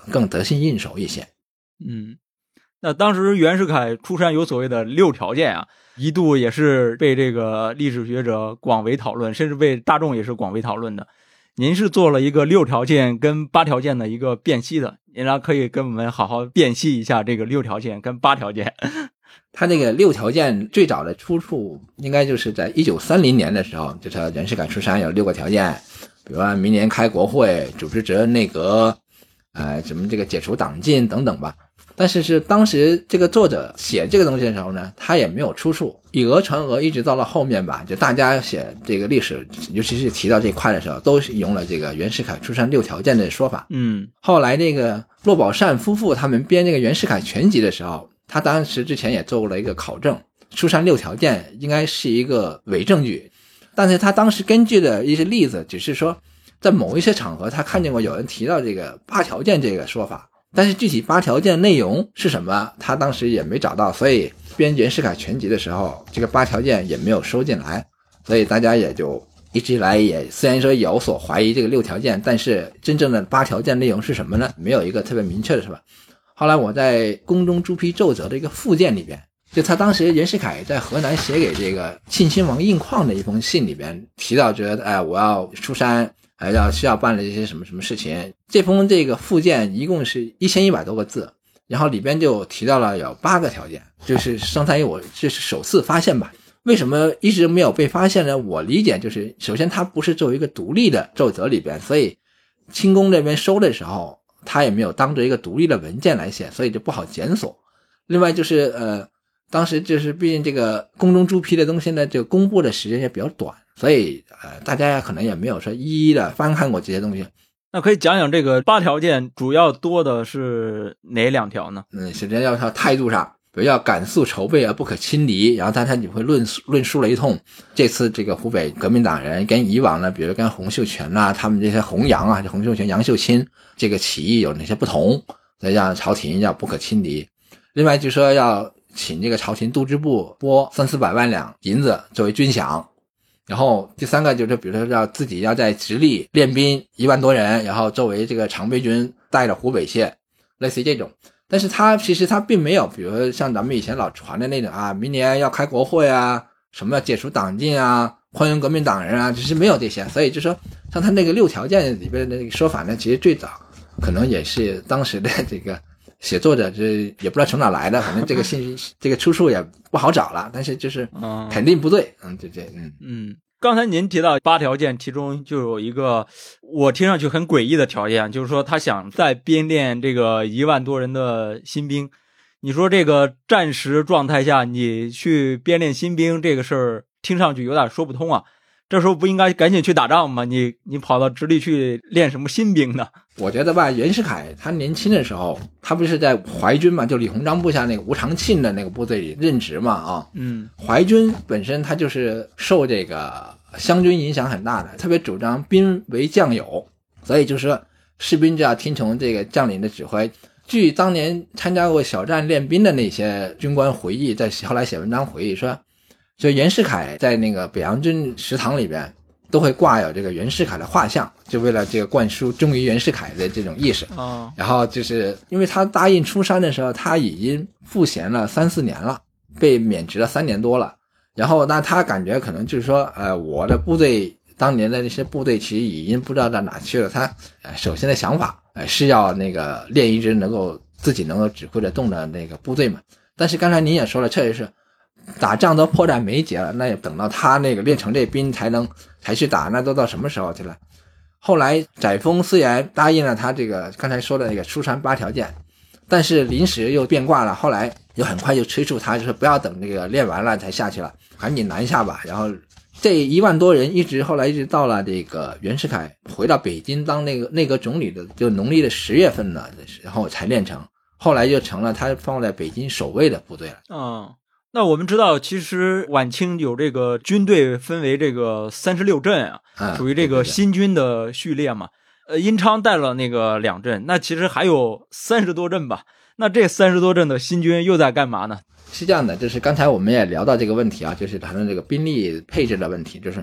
更得心应手一些。 嗯，那当时袁世凯出山有所谓的六条件啊，一度也是被这个历史学者广为讨论，甚至被大众也是广为讨论的。您是做了一个六条件跟八条件的一个辨析的，您俩可以跟我们好好辨析一下这个六条件跟八条件。 他这个六条件最早的出处应该就是在一九三零年的时候，就是袁世凯出山有六个条件，比如说明年开国会，组织责任内阁，呃，什么这个解除党禁等等吧。但是是当时这个作者写这个东西的时候呢，他也没有出处，以讹传讹，一直到了后面吧，就大家写这个历史，尤其是提到这一块的时候，都是用了这个袁世凯出山六条件的说法。 嗯， 后来这个骆宝善夫妇他们编这个袁世凯全集的时候，他当时之前也做过了一个考证，出山六条件应该是一个伪证据，但是他当时根据的一些例子只是说在某一些场合他看见过有人提到这个八条件这个说法，但是具体八条件内容是什么他当时也没找到，所以编袁世凯全集的时候这个八条件也没有收进来，所以大家也就一直以来也虽然说有所怀疑这个六条件，但是真正的八条件内容是什么呢？没有一个特别明确的是吧。后来我在宫中朱批奏折的一个附件里边，就他当时袁世凯在河南写给这个庆亲王印旷的一封信里边提到，觉得哎，我要出山，还要需要办了一些什么什么事情。这封这个附件一共是一千一百多个字，然后里边就提到了有八个条件，就是相当于我这是首次发现吧。为什么一直没有被发现呢？我理解就是首先它不是作为一个独立的奏折里边，所以清宫这边收的时候他也没有当做一个独立的文件来写，所以就不好检索。另外就是呃，当时就是毕竟这个宫中朱批的东西呢，就公布的时间也比较短，所以呃，大家可能也没有说一一的翻看过这些东西。 那可以讲讲这个八条件主要多的是哪两条呢？ 嗯，首先要他态度上，比如要赶速筹备而不可亲离，然后他他你会论论述了一通这次这个湖北革命党人跟以往呢，比如跟洪秀全啊，他们这些洪杨啊，洪秀全、杨秀清这个起义有哪些不同，所以让朝廷要不可亲离。另外就说要请这个朝廷督支部拨三四百万两银子作为军饷。然后第三个就是比如说要自己要在直隶练兵一万多人，然后作为这个常备军带着湖北去，类似于这种。但是他其实他并没有比如说像咱们以前老传的那种啊，明年要开国会啊，什么要解除党禁啊，欢迎革命党人啊，其实没有这些。所以就说像他那个六条件里边的那个说法呢，其实最早可能也是当时的这个写作者这也不知道从哪来的，反正这个信息这个出处也不好找了，但是就是肯定不对。嗯，对对，嗯嗯。刚才您提到八条件，其中就有一个我听上去很诡异的条件，就是说他想再编练这个一万多人的新兵。你说这个战时状态下你去编练新兵这个事儿听上去有点说不通啊，这时候不应该赶紧去打仗吗？你你跑到直隶去练什么新兵呢？ 我觉得吧，袁世凯他年轻的时候，他不是在淮军嘛，就李鸿章部下那个吴长庆的那个部队里任职嘛啊。 嗯， 淮军本身他就是受这个湘军影响很大的，特别主张兵为将有，所以就是说士兵就要听从这个将领的指挥。据当年参加过小战练兵的那些军官回忆，在后来写文章回忆说，就袁世凯在那个北洋军食堂里边都会挂有这个袁世凯的画像，就为了这个灌输忠于袁世凯的这种意识。 哦， 然后就是因为他答应出山的时候，他已经赋闲了三四年了，被免职了三年多了。然后那他感觉可能就是说，呃，我的部队当年的那些部队其实已经不知道到哪去了。他呃首先的想法呃是要那个练一支能够自己能够指挥得动的那个部队嘛。但是刚才您也说了，确实是打仗都迫在眉睫了，那也等到他那个练成这兵才能才去打，那都到什么时候去了？后来载沣虽然答应了他这个刚才说的那个出山八条件，但是临时又变卦了，后来又很快就催促他，就是不要等这个练完了才下去了，赶紧南下吧。然后这一万多人一直后来一直到了这个袁世凯回到北京当那个内阁总理的，就农历的十月份呢，然后才练成。后来就成了他放在北京守卫的部队了。 嗯，那我们知道，其实晚清有这个军队分为这个三十六镇啊， 嗯、 属于这个新军的序列嘛。呃，殷昌带了那个两镇，那其实还有三十多镇吧。那这三十多镇的新军又在干嘛呢？ 是这样的，就是刚才我们也聊到这个问题啊，就是谈论这个兵力配置的问题，就是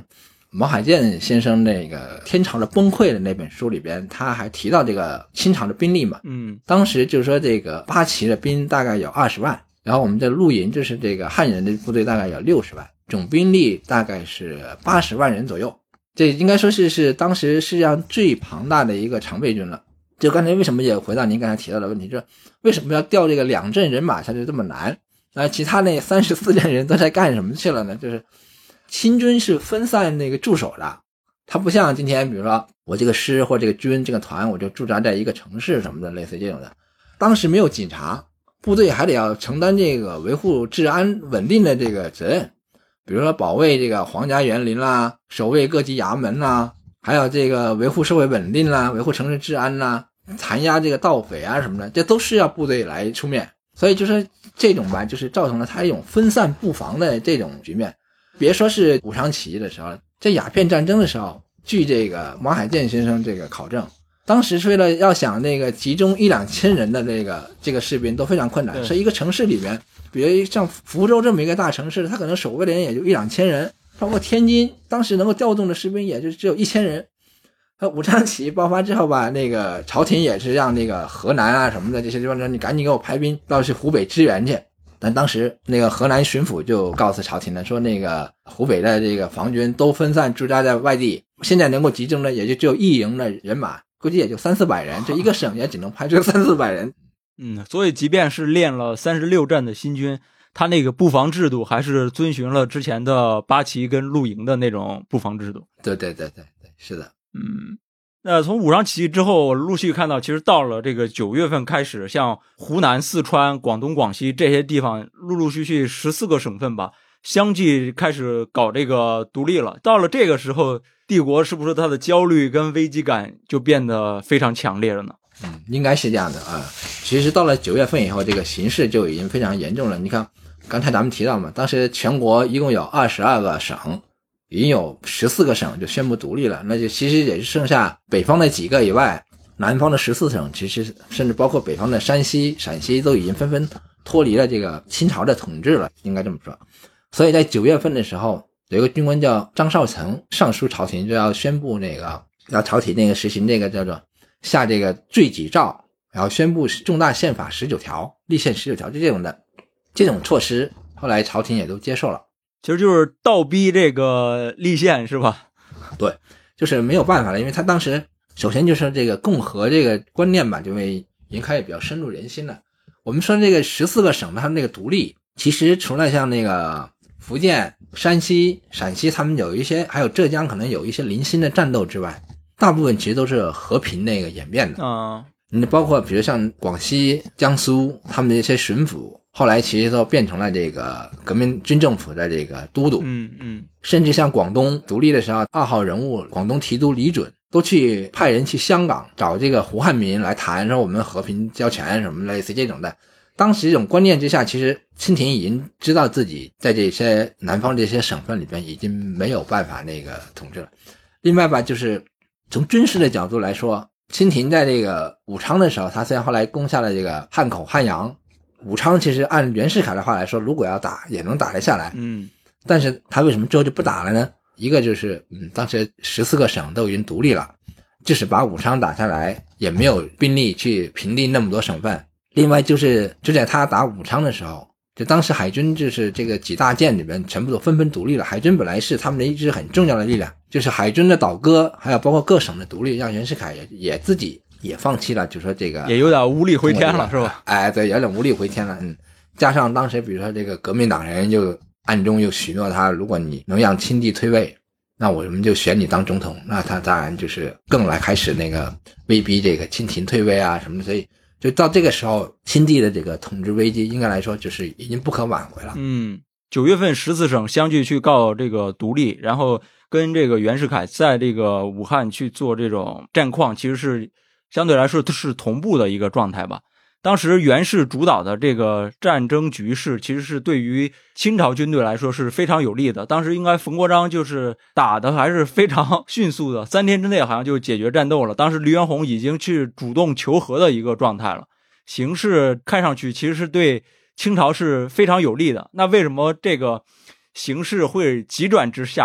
毛海建先生那个天朝的崩溃的那本书里边，他还提到这个清朝的兵力嘛， 嗯， 当时就是说这个八旗的兵大概有二十万，然后我们的陆营就是这个汉人的部队大概有六十万，总兵力大概是八十万人左右，这应该说是是当时世界上最庞大的一个常备军了。就刚才为什么也回到您刚才提到的问题，就是为什么要调这个两阵人马下去这么难？那其他那三十四阵人都在干什么去了呢？就是清军是分散那个驻守的，它不像今天比如说我这个师或这个军这个团我就驻扎在一个城市什么的，类似这种的。当时没有警察，部队还得要承担这个维护治安稳定的这个责任，比如说保卫这个皇家园林啦，守卫各级衙门啦，还有这个维护社会稳定啦，维护城市治安啦，弹压这个盗匪啊什么的，这都是要部队来出面。所以就是这种吧，就是造成了他一种分散布防的这种局面。别说是武昌起义的时候，在鸦片战争的时候，据这个毛海建先生这个考证，当时为了要想那个集中一两千人的这个这个士兵都非常困难，是一个城市里面，比如像福州这么一个大城市，他可能守卫的人也就一两千人，包括天津当时能够调动的士兵也就只有一千人。武昌起义爆发之后吧，那个朝廷也是让那个河南啊什么的这些地方说，你赶紧给我派兵到去湖北支援去。但当时那个河南巡抚就告诉朝廷了，说那个湖北的这个防军都分散驻扎在外地，现在能够集中的也就只有一营的人马，估计也就三四百人，这一个省也只能派出三四百人。 嗯，所以即便是练了三十六战的新军，他那个布防制度还是遵循了之前的八旗跟陆营的那种布防制度。 对对对对对，是的。 嗯，那从武昌起义之后，我陆续看到，其实到了这个九月份开始，像湖南、四川、广东、广西这些地方，陆陆续续十四个省份吧，相继开始搞这个独立了。到了这个时候，帝国是不是它的焦虑跟危机感就变得非常强烈了呢？ 嗯，应该是这样的啊。其实到了九月份以后，这个形势就已经非常严重了。你看，刚才咱们提到嘛，当时全国一共有二十二个省。已经有十四个省就宣布独立了，那就其实也是剩下北方的几个以外，南方的十四省，其实甚至包括北方的山西、陕西都已经纷纷脱离了这个清朝的统治了，应该这么说。所以在九月份的时候，有一个军官叫张少曾上书朝廷，就要宣布那个要朝廷那个实行这个叫做下这个罪己诏，然后宣布重大宪法十九条、立宪十九条，就这种的这种措施，后来朝廷也都接受了。 其实就是倒逼这个立宪是吧？ 对，就是没有办法了，因为他当时首先就是这个共和这个观念吧，就会已经开始比较深入人心了。我们说这个十四个省他们那个独立，其实除了像那个福建、山西、陕西他们有一些，还有浙江可能有一些零星的战斗之外，大部分其实都是和平那个演变的啊。 你包括比如像广西、江苏他们的一些巡抚，后来其实都变成了这个革命军政府的这个都督。 嗯嗯， 甚至像广东独立的时候，二号人物广东提督李准都去派人去香港找这个胡汉民来谈，说我们和平交权什么类似这种的。当时这种观念之下，其实清廷已经知道自己在这些南方这些省份里边已经没有办法那个统治了。另外吧，就是从军事的角度来说，清廷在这个武昌的时候，他虽然后来攻下了这个汉口、汉阳，武昌其实按袁世凯的话来说，如果要打也能打得下来。 嗯， 但是他为什么之后就不打了呢？一个就是嗯，当时十四个省都已经独立了，就是把武昌打下来也没有兵力去平定那么多省份。另外就是就在他打武昌的时候，就当时海军就是这个几大舰里面全部都纷纷独立了。海军本来是他们的一支很重要的力量，就是海军的倒戈还有包括各省的独立，让袁世凯也也自己也放弃了，就说这个也有点无力回天了是吧？ 哎，对，有点无力回天了。嗯，加上当时比如说这个革命党人就暗中又许诺他，如果你能让清帝退位，那我们就选你当总统。那他当然就是更来开始那个威逼这个清廷退位啊什么的。所以就到这个时候，清帝的这个统治危机应该来说就是已经不可挽回了。 嗯，九月份十四省相继去告这个独立，然后跟这个袁世凯在这个武汉去做这种战况，其实是相对来说是同步的一个状态吧。当时袁氏主导的这个战争局势其实是对于清朝军队来说是非常有利的。当时应该冯国璋就是打的还是非常迅速的，三天之内好像就解决战斗了。当时黎元洪已经去主动求和的一个状态了，形势看上去其实是对清朝是非常有利的。那为什么这个形势会急转直下，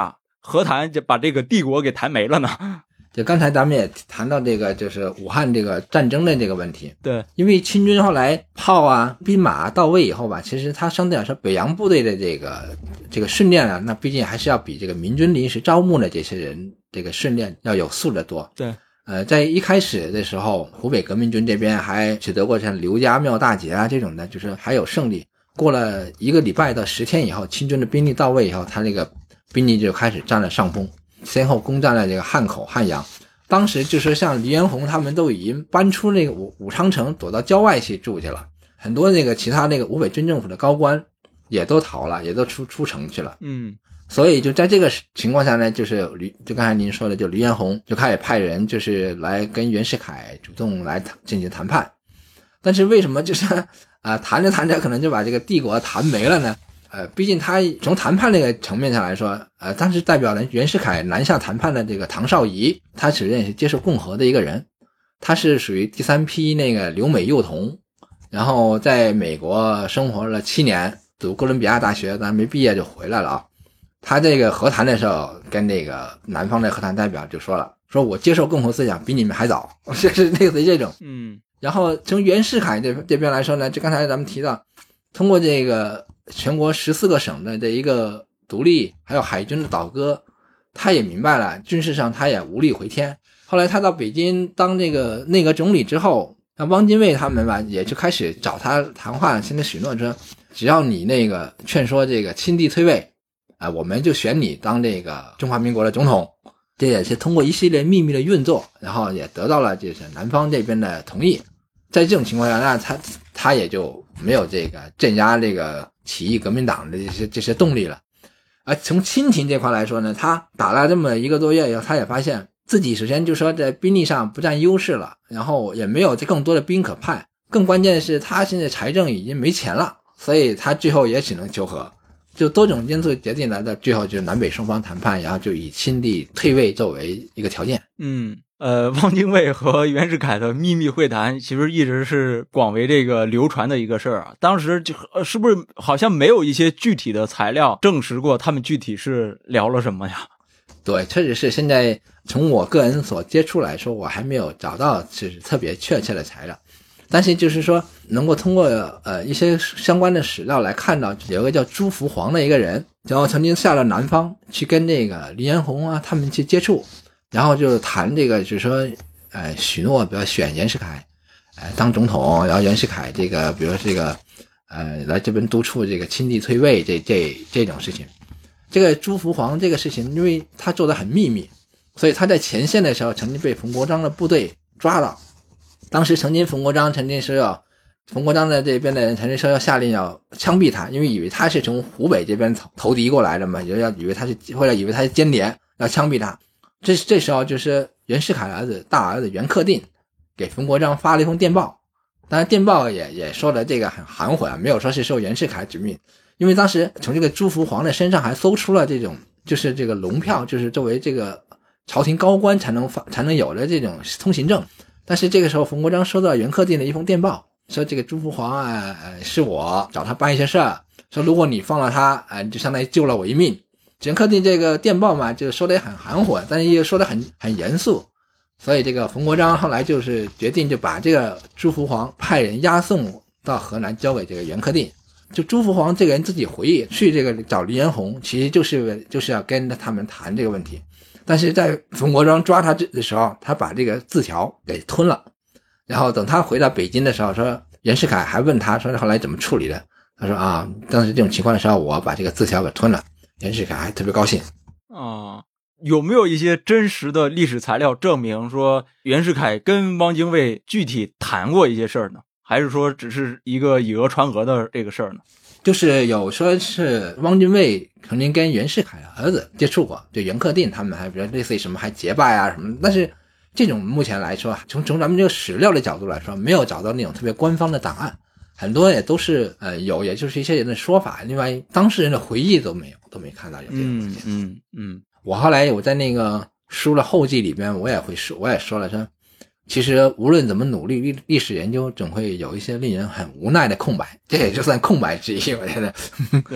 和谈就把这个帝国给谈没了呢？ 就刚才咱们也谈到这个，就是武汉这个战争的这个问题。 对， 因为清军后来炮啊、兵马到位以后吧，其实它相对来说北洋部队的这个这个训练啊，那毕竟还是要比这个民军临时招募的这些人这个训练要有素的多。 对， 呃，在一开始的时候，湖北革命军这边还取得过像刘家庙大捷啊这种的，就是还有胜利。过了一个礼拜到十天以后，清军的兵力到位以后，他那个兵力就开始占了上风。先后攻占了这个汉口、汉阳，当时就是像黎元洪他们都已经搬出那个武武昌城，躲到郊外去住去了。很多那个其他那个湖北军政府的高官也都逃了，也都出出城去了。 嗯， 所以就在这个情况下呢，就是黎就刚才您说的，就黎元洪就开始派人就是来跟袁世凯主动来进行谈判。但是为什么就是啊、呃、谈着谈着可能就把这个帝国谈没了呢？呃，毕竟他从谈判那个层面上来说，呃，当时代表了袁世凯南下谈判的这个唐绍仪，他只认识接受共和的一个人，他是属于第三批那个留美幼童，然后在美国生活了七年，读哥伦比亚大学，但没毕业就回来了啊。他这个和谈的时候，跟那个南方的和谈代表就说了，说我接受共和思想比你们还早，就是类似于这种。 嗯， 然后从袁世凯这这边来说呢，就刚才咱们提到，通过这个全国十四个省的这一个独立，还有海军的倒戈，他也明白了军事上他也无力回天。后来他到北京当这个内阁总理之后，那汪精卫他们吧也就开始找他谈话，现在许诺说，只要你那个劝说这个亲帝退位啊、呃，我们就选你当这个中华民国的总统。这也是通过一系列秘密的运作，然后也得到了就是南方这边的同意。在这种情况下，那他他也就没有这个镇压这个起义革命党的这些这些动力了。而从清廷这块来说呢，他打了这么一个多月以后，他也发现自己首先就说在兵力上不占优势了，然后也没有更多的兵可派，更关键的是他现在财政已经没钱了，所以他最后也只能求和。就多种因素决定了，到最后就是南北双方谈判，然后就以亲帝退位作为一个条件。 嗯，呃，汪精卫和袁世凯的秘密会谈，其实一直是广为这个流传的一个事儿啊。当时就、呃、是不是好像没有一些具体的材料证实过他们具体是聊了什么呀？ 对，确实是。现在从我个人所接触来说，我还没有找到就是特别确切的材料。但是就是说能够通过呃一些相关的史料来看到，有一个叫朱福煌的一个人，然后曾经下了南方去跟这个黎元洪啊他们去接触，然后就谈这个就是说呃许诺比如选袁世凯呃当总统，然后袁世凯这个比如这个呃来这边督促这个亲帝退位这这这种事情。这个朱福煌这个事情因为他做得很秘密，所以他在前线的时候曾经被冯国璋的部队抓到。当时曾经冯国璋曾经说要冯国璋的这边的人曾经说要下令要枪毙他，因为以为他是从湖北这边投敌过来的嘛，就要以为他是或者以为他是间谍，要枪毙他。这这时候就是袁世凯的儿子大儿子袁克定给冯国璋发了一封电报，当然电报也也说的这个很含混啊，没有说是受袁世凯指命，因为当时从这个朱福煌的身上还搜出了这种就是这个龙票，就是作为这个朝廷高官才能发才能有的这种通行证。但是这个时候冯国璋收到袁克定的一封电报，说这个朱福煌啊、呃、是我找他办一些事儿，说如果你放了他啊、呃，就相当于救了我一命。袁克定这个电报嘛就说的很含混，但是又说的很很严肃，所以这个冯国璋后来就是决定就把这个朱福煌派人押送到河南交给这个袁克定。就朱福煌这个人自己回忆去这个找黎元洪，其实就是就是要跟他们谈这个问题。但是在冯国璋抓他的时候，他把这个字条给吞了，然后等他回到北京的时候，说袁世凯还问他说后来怎么处理的，他说啊，当时这种情况的时候我把这个字条给吞了，袁世凯还特别高兴啊。有没有一些真实的历史材料证明说袁世凯跟汪精卫具体谈过一些事儿呢？还是说只是一个以讹传讹的这个事儿呢？ 就是有说是汪精卫曾经跟袁世凯的儿子接触过，就袁克定他们还比如类似于什么还结拜啊什么，但是这种目前来说从从咱们这个史料的角度来说没有找到那种特别官方的档案，很多也都是呃有也就是一些人的说法，另外当事人的回忆都没有都没看到有这种东西。 嗯嗯嗯， 我后来我在那个书的后记里边我也会说我也说了说其实无论怎么努力，历历史研究总会有一些令人很无奈的空白，这也就算空白之一，我觉得。 对，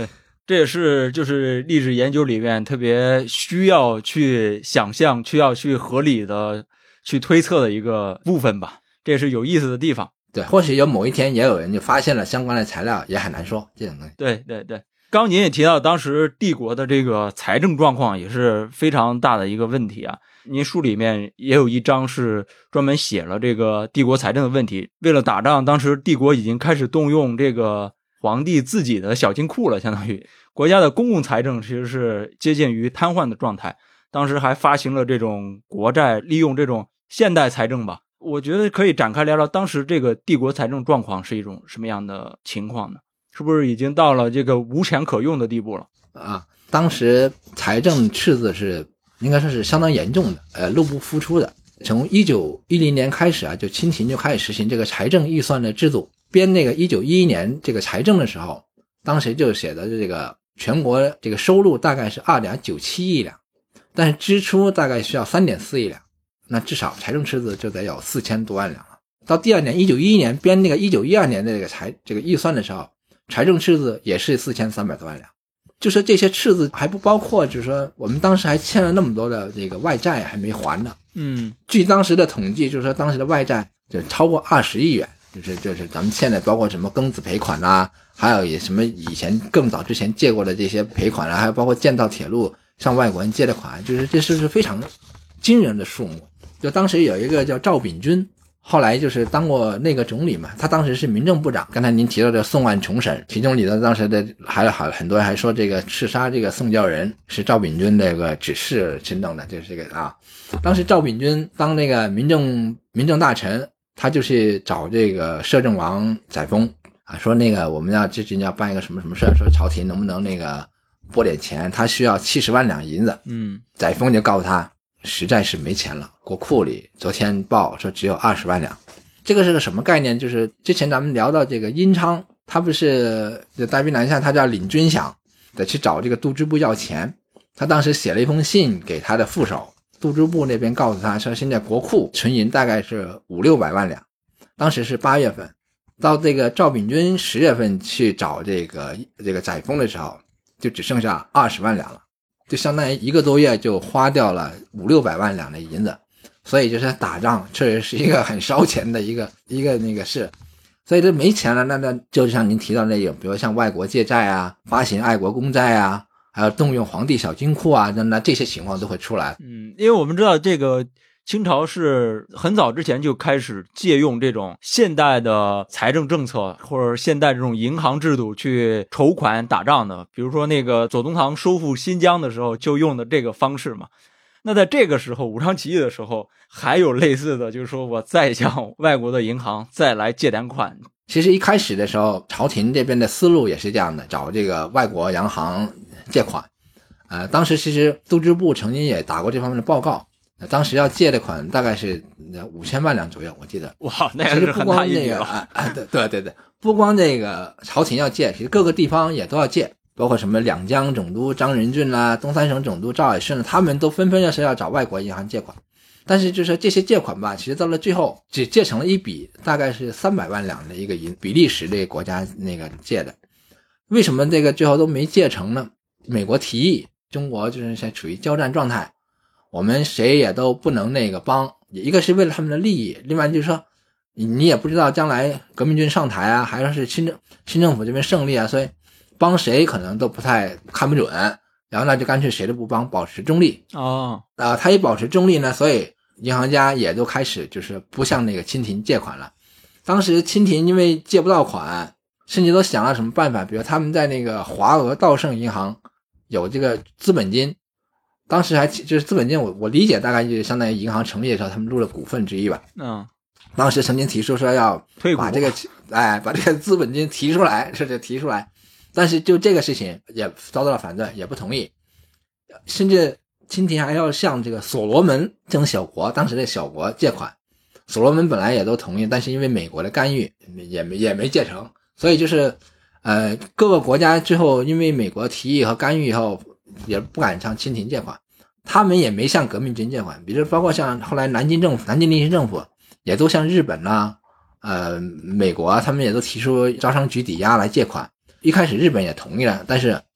这也是就是历史研究里面特别需要去想象、需要去合理的去推测的一个部分吧，这也是有意思的地方。 对，或许有某一天也有人就发现了相关的材料，也很难说这种东西。 对对对，刚刚您也提到当时帝国的这个财政状况也是非常大的一个问题啊。您书里面也有一章是专门写了这个帝国财政的问题。为了打仗，当时帝国已经开始动用这个皇帝自己的小金库了，相当于国家的公共财政其实是接近于瘫痪的状态。当时还发行了这种国债，利用这种现代财政吧。我觉得可以展开聊聊当时这个帝国财政状况是一种什么样的情况呢？是不是已经到了这个无钱可用的地步了啊？当时财政赤字是应该说是相当严重的，呃，入不敷出的。从一九一零年开始啊，就清廷就开始实行这个财政预算的制度。编那个一九一一年这个财政的时候，当时就写的这个全国这个收入大概是 二点九七亿两，但是支出大概需要 三点四亿两。那至少财政赤字就得有四千多万两了。到第二年一九一一年编那个一九一二年的这个财这个预算的时候，财政赤字也是四千三百多万两。就说这些赤字还不包括，就是说我们当时还欠了那么多的这个外债还没还呢。 嗯， 据当时的统计，就是说当时的外债就超过二十亿元，就是就是咱们现在包括什么庚子赔款啦、啊，还有也什么以前更早之前借过的这些赔款啦、啊，还有包括建造铁路向外国人借的款，就是这是非常惊人的数目。就当时有一个叫赵秉钧，后来就是当过内阁总理嘛，他当时是民政部长。刚才您提到的宋万重审，其中里头当时的还有很多人还说这个刺杀这个宋教仁是赵秉钧这个指示行动的，就是这个啊。当时赵秉钧当那个民政民政大臣，他就是找这个摄政王载沣啊，说那个我们要最近要办一个什么什么事，说朝廷能不能那个拨点钱，他需要七十万两银子。 嗯， 载沣就告诉他实在是没钱了，国库里昨天报说只有二十万两。这个是个什么概念？就是之前咱们聊到这个殷昌，他不是带兵南下，他叫领军饷，得去找这个杜支部要钱。他当时写了一封信给他的副手，杜支部那边告诉他说，现在国库存银大概是五六百万两。当时是八月份，到这个赵秉钧十月份去找这个这个载沣的时候，就只剩下二十万两了。就相当于一个多月就花掉了五六百万两的银子，所以就是打仗确实是一个很烧钱的一个一个那个事。所以这没钱了，那那就像您提到那种，比如像外国借债啊，发行爱国公债啊，还有动用皇帝小金库啊，那那这些情况都会出来。 嗯，因为我们知道这个清朝是很早之前就开始借用这种现代的财政政策或者现代这种银行制度去筹款打仗的，比如说那个左宗棠收复新疆的时候就用的这个方式嘛。那在这个时候武昌起义的时候还有类似的，就是说我再向外国的银行再来借点款。 其实一开始的时候朝廷这边的思路也是这样的，找这个外国洋行借款。呃，当时其实杜支部曾经也打过这方面的报告，当时要借的款大概是五千万两左右，我记得。 哇，那个是很大一笔了。 啊啊，对对对对，不光这个朝廷要借，其实各个地方也都要借，包括什么两江总督张仁俊啦、东三省总督赵海顺，他们都纷纷要是要找外国银行借款。但是就是这些借款吧，其实到了最后只借成了一笔，大概是三百万两的一个银，比利时这个国家那个借的。为什么这个最后都没借成呢？美国提议，中国就是在处于交战状态，我们谁也都不能那个帮，一个是为了他们的利益，另外就是说你也不知道将来革命军上台啊，还是新政新政府这边胜利啊，所以帮谁可能都不太看不准，然后那就干脆谁都不帮，保持中立。 哦， 啊，他一保持中立呢，所以银行家也都开始就是不向那个清廷借款了。当时清廷因为借不到款，甚至都想了什么办法，比如他们在那个华俄道盛银行有这个资本金，当时还就是资本金，我我理解大概就相当于银行成立的时候他们入了股份之一吧。 嗯， 当时曾经提出说要把这个哎把这个资本金提出来，甚至提出来，但是就这个事情也遭到了反对，也不同意，甚至清廷还要向这个所罗门这种小国，当时的小国借款，所罗门本来也都同意，但是因为美国的干预也没也没借成，所以就是呃各个国家最后因为美国提议和干预以后也不敢向清廷借款，他们也没向革命军借款，比如包括像后来南京政府南京临时政府也都向日本啊呃美国啊，他们也都提出招商局抵押来借款。一开始日本也同意了，但是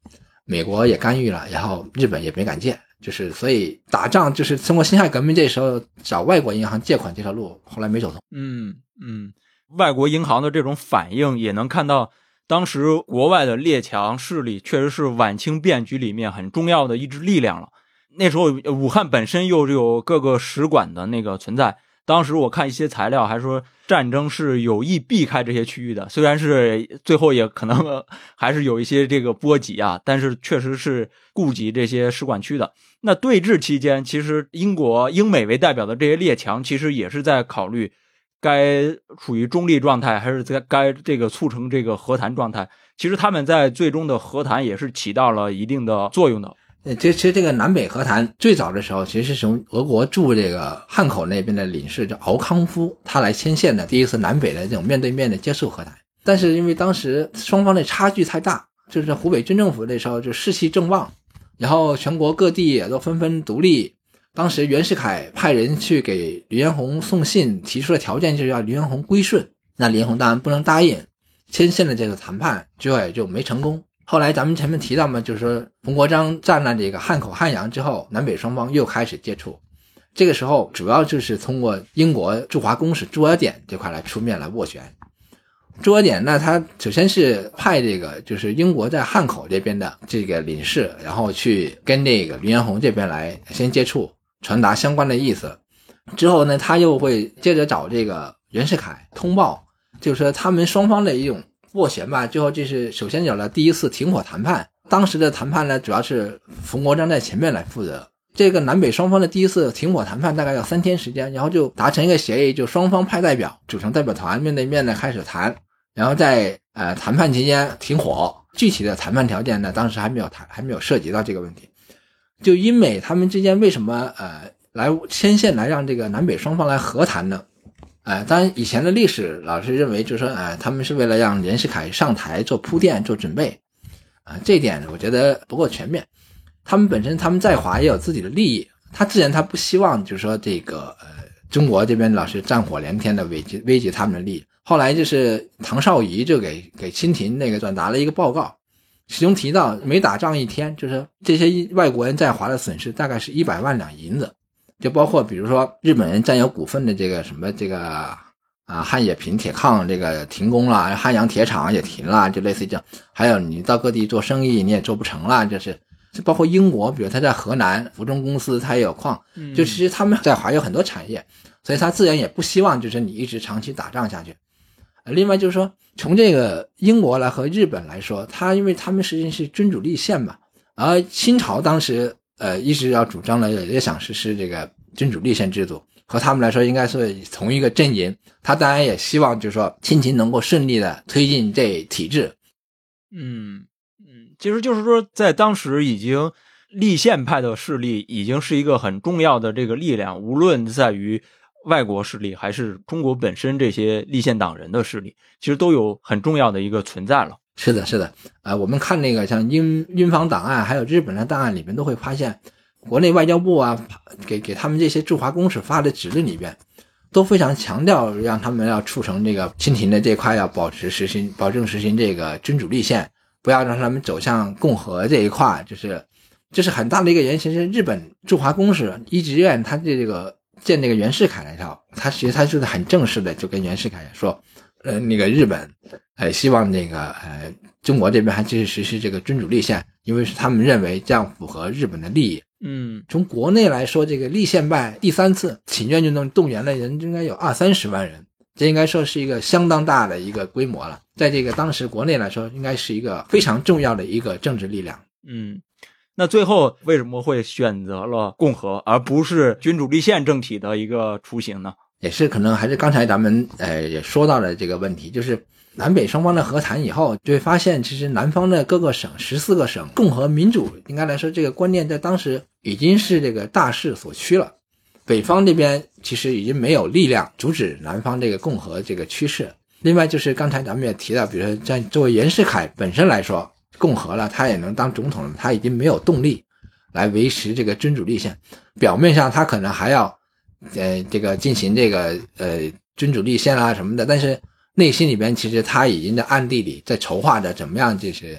美国也干预了，然后日本也没敢借，就是所以打仗就是通过辛亥革命这时候找外国银行借款这条路后来没走通。 嗯嗯，外国银行的这种反应也能看到当时国外的列强势力确实是晚清变局里面很重要的一支力量了。那时候武汉本身又有各个使馆的那个存在，当时我看一些材料还说战争是有意避开这些区域的，虽然是最后也可能还是有一些这个波及啊，但是确实是顾及这些使馆区的。那对峙期间，其实英国英美为代表的这些列强其实也是在考虑该处于中立状态还是在该这个促成这个和谈状态，其实他们在最终的和谈也是起到了一定的作用的。 其实这个南北和谈最早的时候其实是从俄国驻这个汉口那边的领事叫敖康夫他来牵线的第一次南北的这种面对面的接触和谈。但是因为当时双方的差距太大，就是湖北军政府那时候就士气正旺，然后全国各地也都纷纷独立，当时袁世凯派人去给黎元洪送信，提出的条件就是要黎元洪归顺，那黎元洪当然不能答应，牵线的这个谈判最后也就没成功。后来咱们前面提到嘛，就是说冯国璋占了这个汉口汉阳之后，南北双方又开始接触，这个时候主要就是通过英国驻华公使朱尔典这块来出面来斡旋。朱尔典那他首先是派这个就是英国在汉口这边的这个领事，然后去跟这个黎元洪这边来先接触，传达相关的意思，之后呢他又会接着找这个袁世凯通报，就是说他们双方的一种斡旋吧，最后就是首先有了第一次停火谈判。当时的谈判呢主要是冯国璋在前面来负责，这个南北双方的第一次停火谈判大概要三天时间，然后就达成一个协议，就双方派代表组成代表团面对面的开始谈，然后在呃谈判期间停火。具体的谈判条件呢当时还没有谈还没有涉及到这个问题。就英美他们之间为什么呃来牵线来让这个南北双方来和谈呢？呃，当然以前的历史老是认为就是说呃他们是为了让袁世凯上台做铺垫做准备，啊、呃，这一点我觉得不够全面。他们本身他们在华也有自己的利益，他自然他不希望就是说这个呃中国这边老是战火连天的危及危及他们的利益。后来就是唐绍仪就给给清廷那个转达了一个报告，其中提到没打仗一天，就是这些外国人在华的损失大概是一百万两银子，就包括比如说日本人占有股份的这个什么这个啊汉冶平铁矿这个停工了，汉阳铁厂也停了，就类似于这样。还有你到各地做生意你也做不成了，就是就包括英国，比如他在河南福中公司他也有矿，就其实他们在华有很多产业，所以他自然也不希望就是你一直长期打仗下去。另外就是说从这个英国来和日本来说，他因为他们实际上是君主立宪嘛，而清朝当时呃一直要主张了也想实施这个君主立宪制度，和他们来说应该是同一个阵营，他当然也希望就是说清廷能够顺利的推进这体制。 嗯嗯，其实就是说在当时已经立宪派的势力已经是一个很重要的这个力量，无论在于外国势力还是中国本身这些立宪党人的势力，其实都有很重要的一个存在了。 是的是的，呃，我们看那个像英英方档案还有日本的档案里面都会发现，国内外交部啊给给他们这些驻华公使发的指令里边都非常强调让他们要促成这个清廷的这块要保持实行保证实行这个君主立宪，不要让他们走向共和这一块，就是这是很大的一个原因。其实日本驻华公使一直愿他这个见这个袁世凯来跳，他其实他就是很正式的就跟袁世凯说，呃，那个日本，呃，希望那个呃中国这边还继续实施这个君主立宪，因为是他们认为这样符合日本的利益。 嗯， 从国内来说，这个立宪派第三次请愿运动动员的人应该有二三十万人，这应该说是一个相当大的一个规模了。在这个当时国内来说，应该是一个非常重要的一个政治力量。 嗯。那最后为什么会选择了共和而不是君主立宪政体的一个雏形呢？ 也是可能还是刚才咱们呃也说到了这个问题，就是南北双方的和谈以后，就会发现其实南方的各个省十四个省共和民主应该来说这个观念在当时已经是这个大势所趋了，北方这边其实已经没有力量阻止南方这个共和这个趋势。另外就是刚才咱们也提到，比如说在作为袁世凯本身来说，共和了他也能当总统了，他已经没有动力来维持这个君主立宪，表面上他可能还要呃这个进行这个呃君主立宪啊什么的，但是内心里边其实他已经在暗地里在筹划着怎么样就是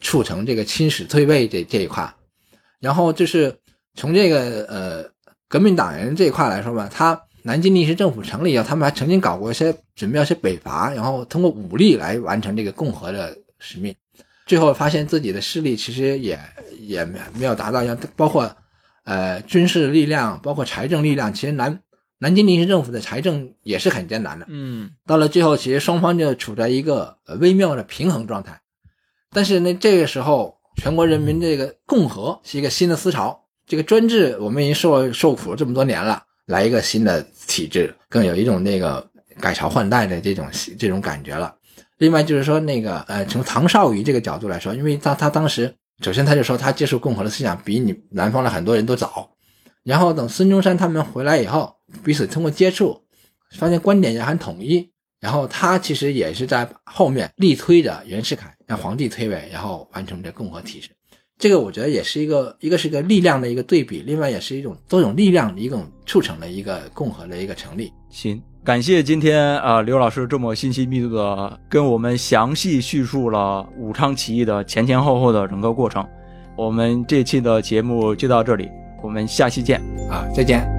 促成这个清史退位这这一块。然后就是从这个呃革命党人这一块来说吧，他南京临时政府成立以后，他们还曾经搞过一些准备一些北伐，然后通过武力来完成这个共和的使命。最后发现自己的势力其实也也没有达到，包括呃军事力量，包括财政力量，其实南南京临时政府的财政也是很艰难的。 嗯， 到了最后，其实双方就处在一个微妙的平衡状态。但是呢，这个时候全国人民这个共和是一个新的思潮，这个专制我们已经受受苦了这么多年了，来一个新的体制，更有一种那个改朝换代的这种这种感觉了。另外就是说那个呃，从唐绍仪这个角度来说，因为他他当时首先他就说他接受共和的思想比你南方的很多人都早，然后等孙中山他们回来以后，彼此通过接触发现观点也很统一，然后他其实也是在后面力推着袁世凯让皇帝退位，然后完成这共和体制。这个我觉得也是一个一个是一个力量的一个对比，另外也是一种多种力量的一种促成了一个共和的一个成立。 行，感谢今天啊、呃、刘老师这么信息密度的跟我们详细叙述了武昌起义的前前后后的整个过程。我们这期的节目就到这里，我们下期见啊，再见。